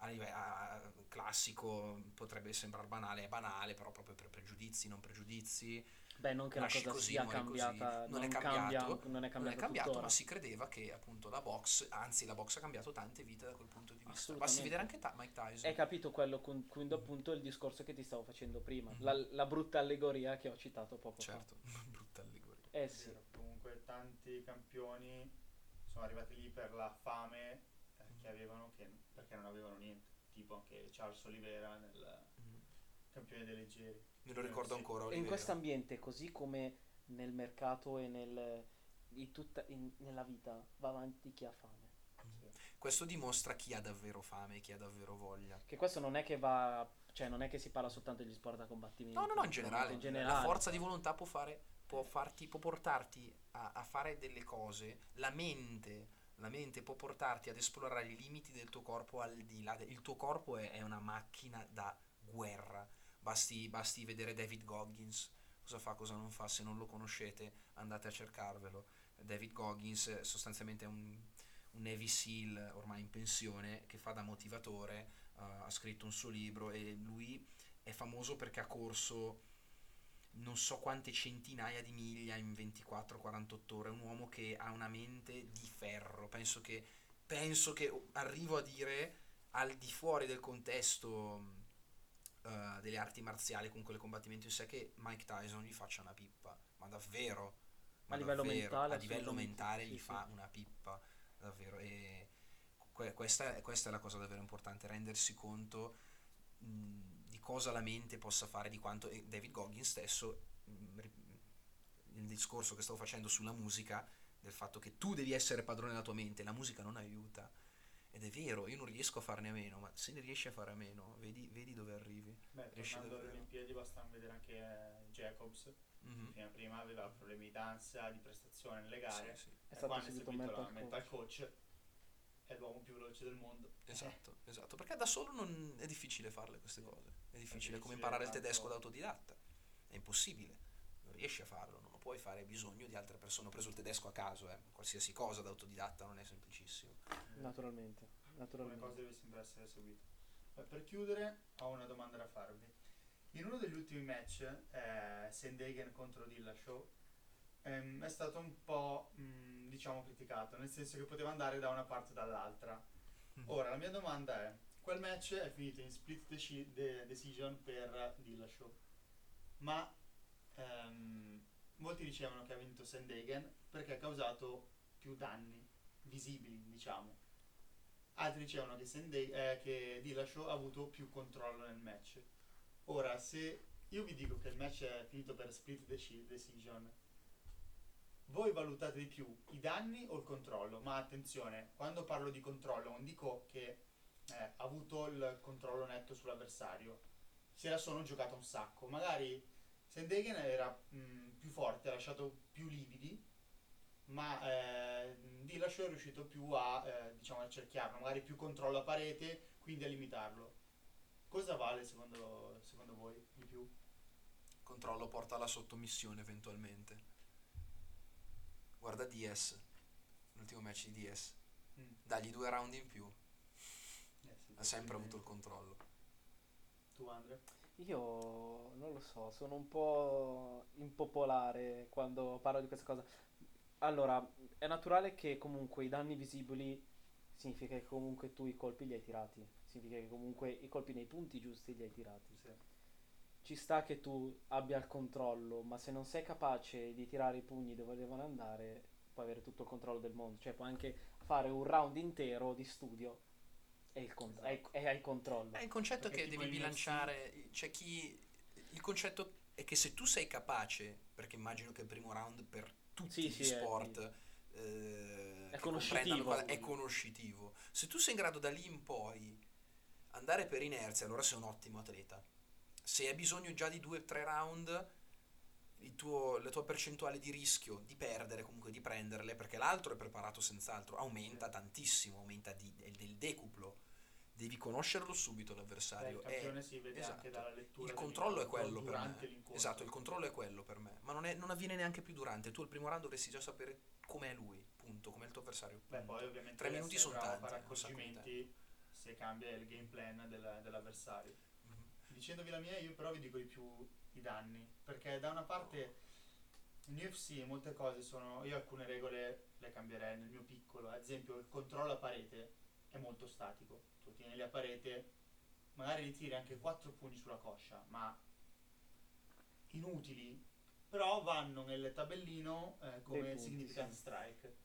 classico, potrebbe sembrare banale, è banale, però proprio per pregiudizi, non pregiuzi. Beh, non che la Nasci cosa così, sia muori così. cambiata, Non è non è non è cambiata cambiato, ma tuttora. si credeva che appunto la box, anzi la box ha cambiato tante vite da quel punto di vista. Basti vedere Assolutamente. anche Mike Tyson. Hai capito quello quindi appunto il discorso che ti stavo facendo prima, Mhm. la brutta allegoria che ho citato poco fa. Certo, brutta allegoria. Eh sì. Vero, comunque tanti campioni sono arrivati lì per la fame che avevano, perché non avevano niente. Tipo anche Charles Oliveira nel Mhm. campione dei leggeri. Me lo ricordo ancora, E in Oliveira. questo ambiente, così come nel mercato e nella vita, va avanti chi ha fame. Mhm. Questo dimostra chi ha davvero fame, chi ha davvero voglia. Che questo non è che va, cioè non è che si parla soltanto degli sport da combattimento. No, in naturalmente, generale, in la generale. forza di volontà può portarti a fare delle cose, la mente può portarti ad esplorare i limiti del tuo corpo al di là. Il tuo corpo è una macchina da guerra. Basti vedere David Goggins, cosa fa, cosa non fa. Se non lo conoscete andate a cercarvelo. David Goggins sostanzialmente è un Navy SEAL ormai in pensione che fa da motivatore, ha scritto un suo libro e lui è famoso perché ha corso non so quante centinaia di miglia in 24-48 ore. È un uomo che ha una mente di ferro. Penso che arrivo a dire al di fuori del contesto delle arti marziali, comunque il combattimento in sé, che Mike Tyson gli faccia una pippa, ma davvero, A livello mentale, a livello assolutamente mentale sì, gli sì. fa una pippa, davvero. E questa è la cosa davvero importante, rendersi conto di cosa la mente possa fare, di quanto. E David Goggins stesso, il discorso che stavo facendo sulla musica, del fatto che tu devi essere padrone della tua mente, la musica non aiuta. Ed è vero, io non riesco a farne a meno, ma se ne riesci a fare a meno, vedi dove arrivi. Beh, Riesci tornando alle davvero. Olimpiadi, basta vedere anche Jacobs. Mhm. Prima aveva problemi d'ansia, di prestazione nelle gare. Sì, sì. È E stato quando ha subito seguito la mental mental coach. coach, è l'uomo più veloce del mondo. Esatto, perché da solo non è difficile farle queste cose. È difficile, è come difficile imparare il tanto. tedesco da autodidatta. È impossibile. Non riesci a farlo, non lo puoi fare, hai bisogno di altre persone. Ho preso il tedesco a caso, qualsiasi cosa da autodidatta non è semplicissimo. Naturalmente, Alcune cose naturalmente. deve sempre essere seguite. Per chiudere, ho una domanda da farvi. In uno degli ultimi match, Sandhagen contro Dillashaw, è stato un po' diciamo criticato, nel senso che poteva andare da una parte o dall'altra. Ora la mia domanda è: quel match è finito in split decision per Dillashaw, ma molti dicevano che ha vinto Sandhagen perché ha causato più danni visibili, diciamo. Altri dicevano che Dillashaw ha avuto più controllo nel match. Ora, se io vi dico che il match è finito per split decision, voi valutate di più i danni o il controllo? Ma attenzione, quando parlo di controllo non dico che ha avuto il controllo netto sull'avversario, se la sono giocata un sacco. Magari Sandhagen era più forte, ha lasciato più lividi, ma Dillashaw è riuscito più a diciamo a cerchiarlo, magari più controllo a parete, quindi a limitarlo. Cosa vale secondo voi di più? Controllo porta alla sottomissione eventualmente. Guarda Diaz, l'ultimo match di Diaz. Mm. Dagli 2 round in più. Sì, Ha sempre avuto il probabilmente. controllo. Tu, Andre? Io non lo so, sono un po' impopolare quando parlo di questa cosa. Allora, è naturale che comunque i danni visibili significa che comunque tu i colpi li hai tirati, significa che comunque i colpi nei punti giusti li hai tirati. Sì. Ci sta che tu abbia il controllo, ma se non sei capace di tirare i pugni dove devono andare, puoi avere tutto il controllo del mondo. Cioè, puoi anche fare un round intero di studio e Esatto. hai controllo. Il concetto è Perché che tipo devi in UFC bilanciare. C'è chi. Il concetto è che se tu sei capace, perché immagino che il primo round per tutti Sì, gli sì, sport è che comprendano conoscitivo. è conoscitivo. Se tu sei in grado da lì in poi andare per inerzia, allora sei un ottimo atleta. Se hai bisogno già di 2 o 3 round, la tua percentuale di rischio di perdere, comunque di prenderle, perché l'altro è preparato senz'altro, aumenta Sì. tantissimo, aumenta del decuplo. Devi conoscerlo subito il l'avversario. campione si vede anche Esatto. dalla lettura Il controllo è dell'incontro quello per durante me. l'incontro. Esatto, il controllo è quello per me. Ma non avviene neanche più durante. Tu al primo round dovresti già sapere com'è lui, punto, com'è il tuo avversario, Beh, punto. poi ovviamente 3 deve minuti essere sono bravo a tanti, fare è un sacco di tempo. accorgimenti se cambia il game plan dell'avversario. Mhm. Dicendovi la mia, io però vi dico di più i danni, perché da una parte in UFC molte cose sono, io alcune regole le cambierei nel mio piccolo, ad esempio il controllo a parete è molto statico, tu tieni lì a parete, magari li tiri anche 4 pugni sulla coscia, ma inutili, però vanno nel tabellino Dei come punti, significant sì. strike.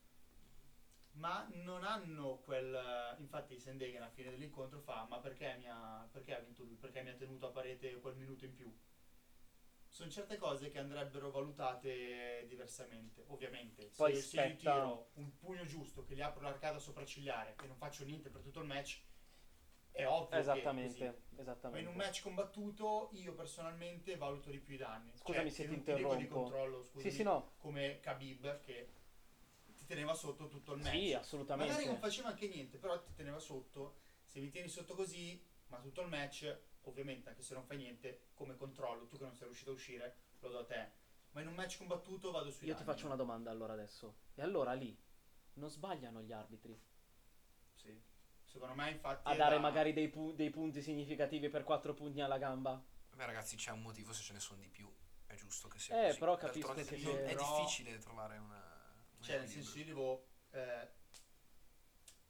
Ma non hanno quel. Infatti Sandhagen alla fine dell'incontro fa: ma perché ha vinto lui? Perché mi ha tenuto a parete quel minuto in più? Sono certe cose che andrebbero valutate diversamente. Ovviamente, Poi se io spetta. tiro un pugno giusto, che gli apro l'arcata sopraccigliare e non faccio niente per tutto il match, è ovvio che è così. Esattamente, Ma in un esattamente. match combattuto io personalmente valuto di più i danni. Scusami Cioè, se che ti non ti dico di interrompo. controllo, Sì, scusami, sì, no. come Khabib che ti teneva sotto tutto il match. Sì, Magari non assolutamente. faceva anche niente, però ti teneva sotto. Se mi tieni sotto così, ma tutto il match, ovviamente anche se non fai niente, come controllo, tu che non sei riuscito a uscire, lo do a te. Ma in un match combattuto vado sui Io ti danni. faccio una domanda allora adesso. E allora lì non sbagliano gli arbitri Sì. Secondo me infatti a è dare da. magari dei punti significativi per 4 pugni alla gamba? Beh, ragazzi, c'è un motivo se ce ne sono di più. È giusto che sia così. Però D'altronde capisco che Sì, è se. però difficile trovare un cioè nel equilibrio. senso io devo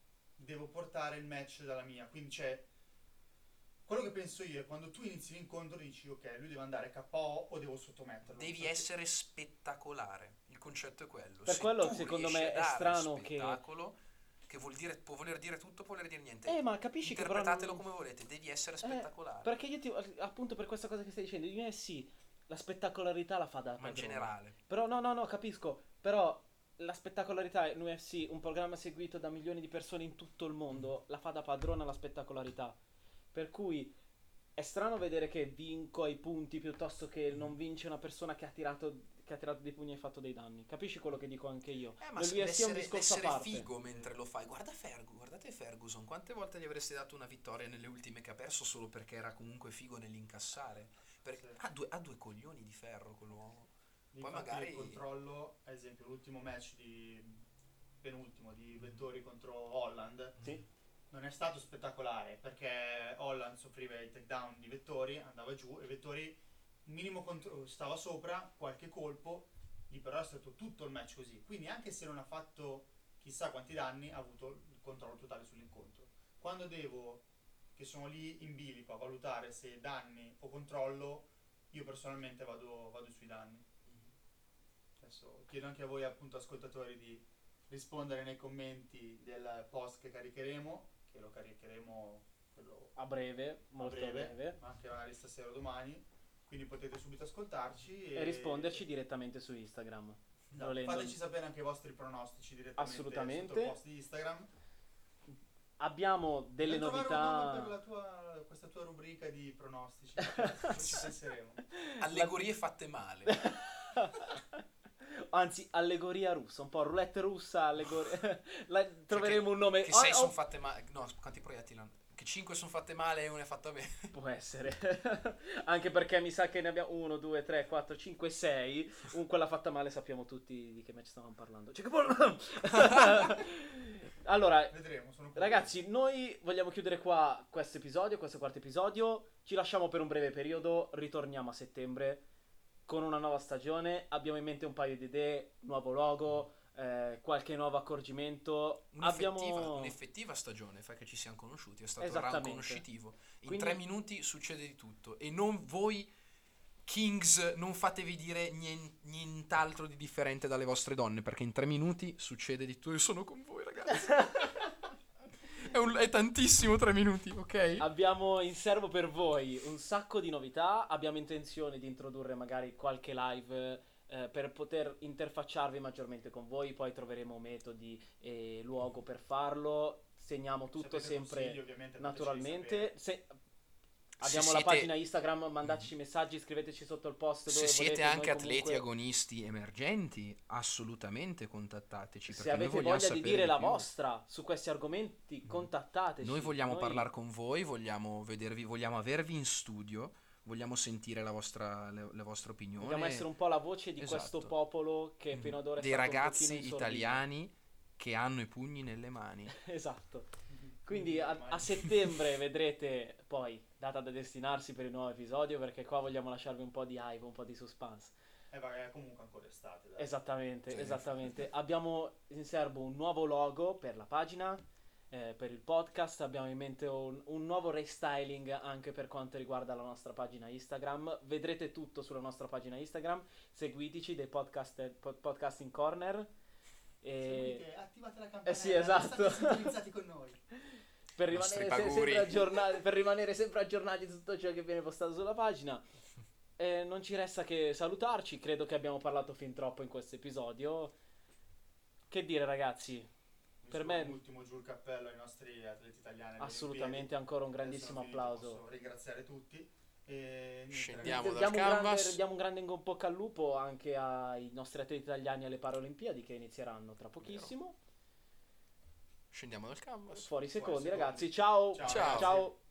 devo portare il match dalla mia. Quindi c'è quello che penso io è quando tu inizi l'incontro dici ok, lui deve andare KO o devo sottometterlo. Devi essere spettacolare. Il concetto è quello. Per Se quello tu secondo riesci me a è dare strano spettacolo, che può voler dire tutto, può voler dire niente. ma capisci che però interpretatelo come volete, devi essere spettacolare. perché appunto per questa cosa che stai dicendo, in UFC la spettacolarità la fa da Ma in padrone. generale. Però no, capisco, però la spettacolarità in UFC, un programma seguito da milioni di persone in tutto il mondo, la fa da padrona la spettacolarità. Per cui è strano vedere che vinco ai punti piuttosto che non vince una persona che ha tirato dei pugni e ha fatto dei danni. Capisci quello che dico anche io? Ma Nel UFC è un discorso a essere parte. figo mentre lo fai. Guardate Ferguson, quante volte gli avresti dato una vittoria nelle ultime che ha perso solo perché era comunque figo nell'incassare? Perché Sì. ha due coglioni di ferro quell'uomo. Poi Infatti magari il controllo, ad esempio l'ultimo match penultimo di Vettori contro Holland, Sì. non è stato spettacolare perché Holland soffriva il takedown di Vettori, andava giù e Vettori minimo stava sopra, qualche colpo, lì però è stato tutto il match così. Quindi anche se non ha fatto chissà quanti danni, ha avuto il controllo totale sull'incontro. Quando che sono lì in bilico a valutare se danni o controllo, io personalmente vado sui danni. Adesso chiedo anche a voi appunto ascoltatori di rispondere nei commenti del post che caricheremo, che lo caricheremo quello A breve, molto a breve. ma anche magari stasera o domani, quindi potete subito ascoltarci E risponderci direttamente su Instagram. No, volendo. fateci sapere anche i vostri pronostici direttamente Assolutamente. sotto il post di Instagram. Abbiamo delle Dobbiamo trovare un nome novità. per questa tua rubrica di pronostici, ci penseremo. allegorie fatte male. Anzi, allegoria russa, un po' roulette russa, allegoria. Troveremo un nome. Che 6 sono fatte male. No, quanti proiettili hanno? Che 5 sono fatte male e una è fatta bene. Può essere. Anche perché mi sa che ne abbiamo 1, 2, 3, 4, 5, 6. Quella fatta male sappiamo tutti di che match stavamo parlando. Allora, Vedremo, sono curioso. ragazzi, noi vogliamo chiudere qua questo episodio, questo quarto episodio. Ci lasciamo per un breve periodo, ritorniamo a settembre con una nuova stagione. Abbiamo in mente un paio di idee, nuovo logo, qualche nuovo accorgimento. Un'effettiva stagione, fa che ci siamo conosciuti, è stato un round Esattamente. conoscitivo. In Quindi- 3 minuti succede di tutto. E non voi, Kings, non fatevi dire nient'altro di differente dalle vostre donne, perché in 3 minuti succede di tutto. Io sono con voi, ragazzi. È tantissimo 3 minuti, ok? Abbiamo in serbo per voi un sacco di novità. Abbiamo intenzione di introdurre magari qualche live per poter interfacciarvi maggiormente con voi. Poi troveremo metodi e luogo per farlo. Segniamo tutto Se avete sempre consigli, ovviamente, fateceli naturalmente. Se Abbiamo la siete- pagina Instagram, mandateci messaggi, scriveteci sotto il post Se dove siete volete. anche Noi atleti comunque, agonisti emergenti, assolutamente contattateci. se Perché noi avete vogliamo voglia di sapere dire la più. vostra su questi argomenti, contattateci. Noi vogliamo parlare con voi, vogliamo avervi in studio, vogliamo sentire la vostra opinione. Vogliamo essere un po' la voce di Esatto. questo popolo che fino ad ora è dei stato un ragazzi pochino in sordina. italiani che hanno i pugni nelle mani. Esatto. Quindi a settembre vedrete poi data da destinarsi per il nuovo episodio, perché qua vogliamo lasciarvi un po' di hype, un po' di suspense. È comunque ancora estate, dai. Esattamente, Sì. esattamente. Abbiamo in serbo un nuovo logo per la pagina, per il podcast. Abbiamo in mente un nuovo restyling anche per quanto riguarda la nostra pagina Instagram. Vedrete tutto sulla nostra pagina Instagram. Seguiteci dei podcasting corner. Seguite, attivate la campanella, sì, esatto. state sintonizzati con noi. Per Nostri rimanere, paguri. per rimanere sempre aggiornati su tutto ciò che viene postato sulla pagina. Non ci resta che salutarci. Credo che abbiamo parlato fin troppo in questo episodio. Che dire, ragazzi? Per me- un ultimo giù il cappello ai nostri atleti italiani. alle Assolutamente, ancora un Olimpiadi. grandissimo Adesso sono finito, applauso. posso ringraziare tutti. E niente, Scendiamo ragazzi. dal canvas. Diamo un grande in bocca al lupo anche ai nostri atleti italiani alle Paralimpiadi che inizieranno tra pochissimo. Scendiamo dal canvas. Fuori secondi, secondi. ragazzi. Ciao. Ciao, Ciao. Ciao.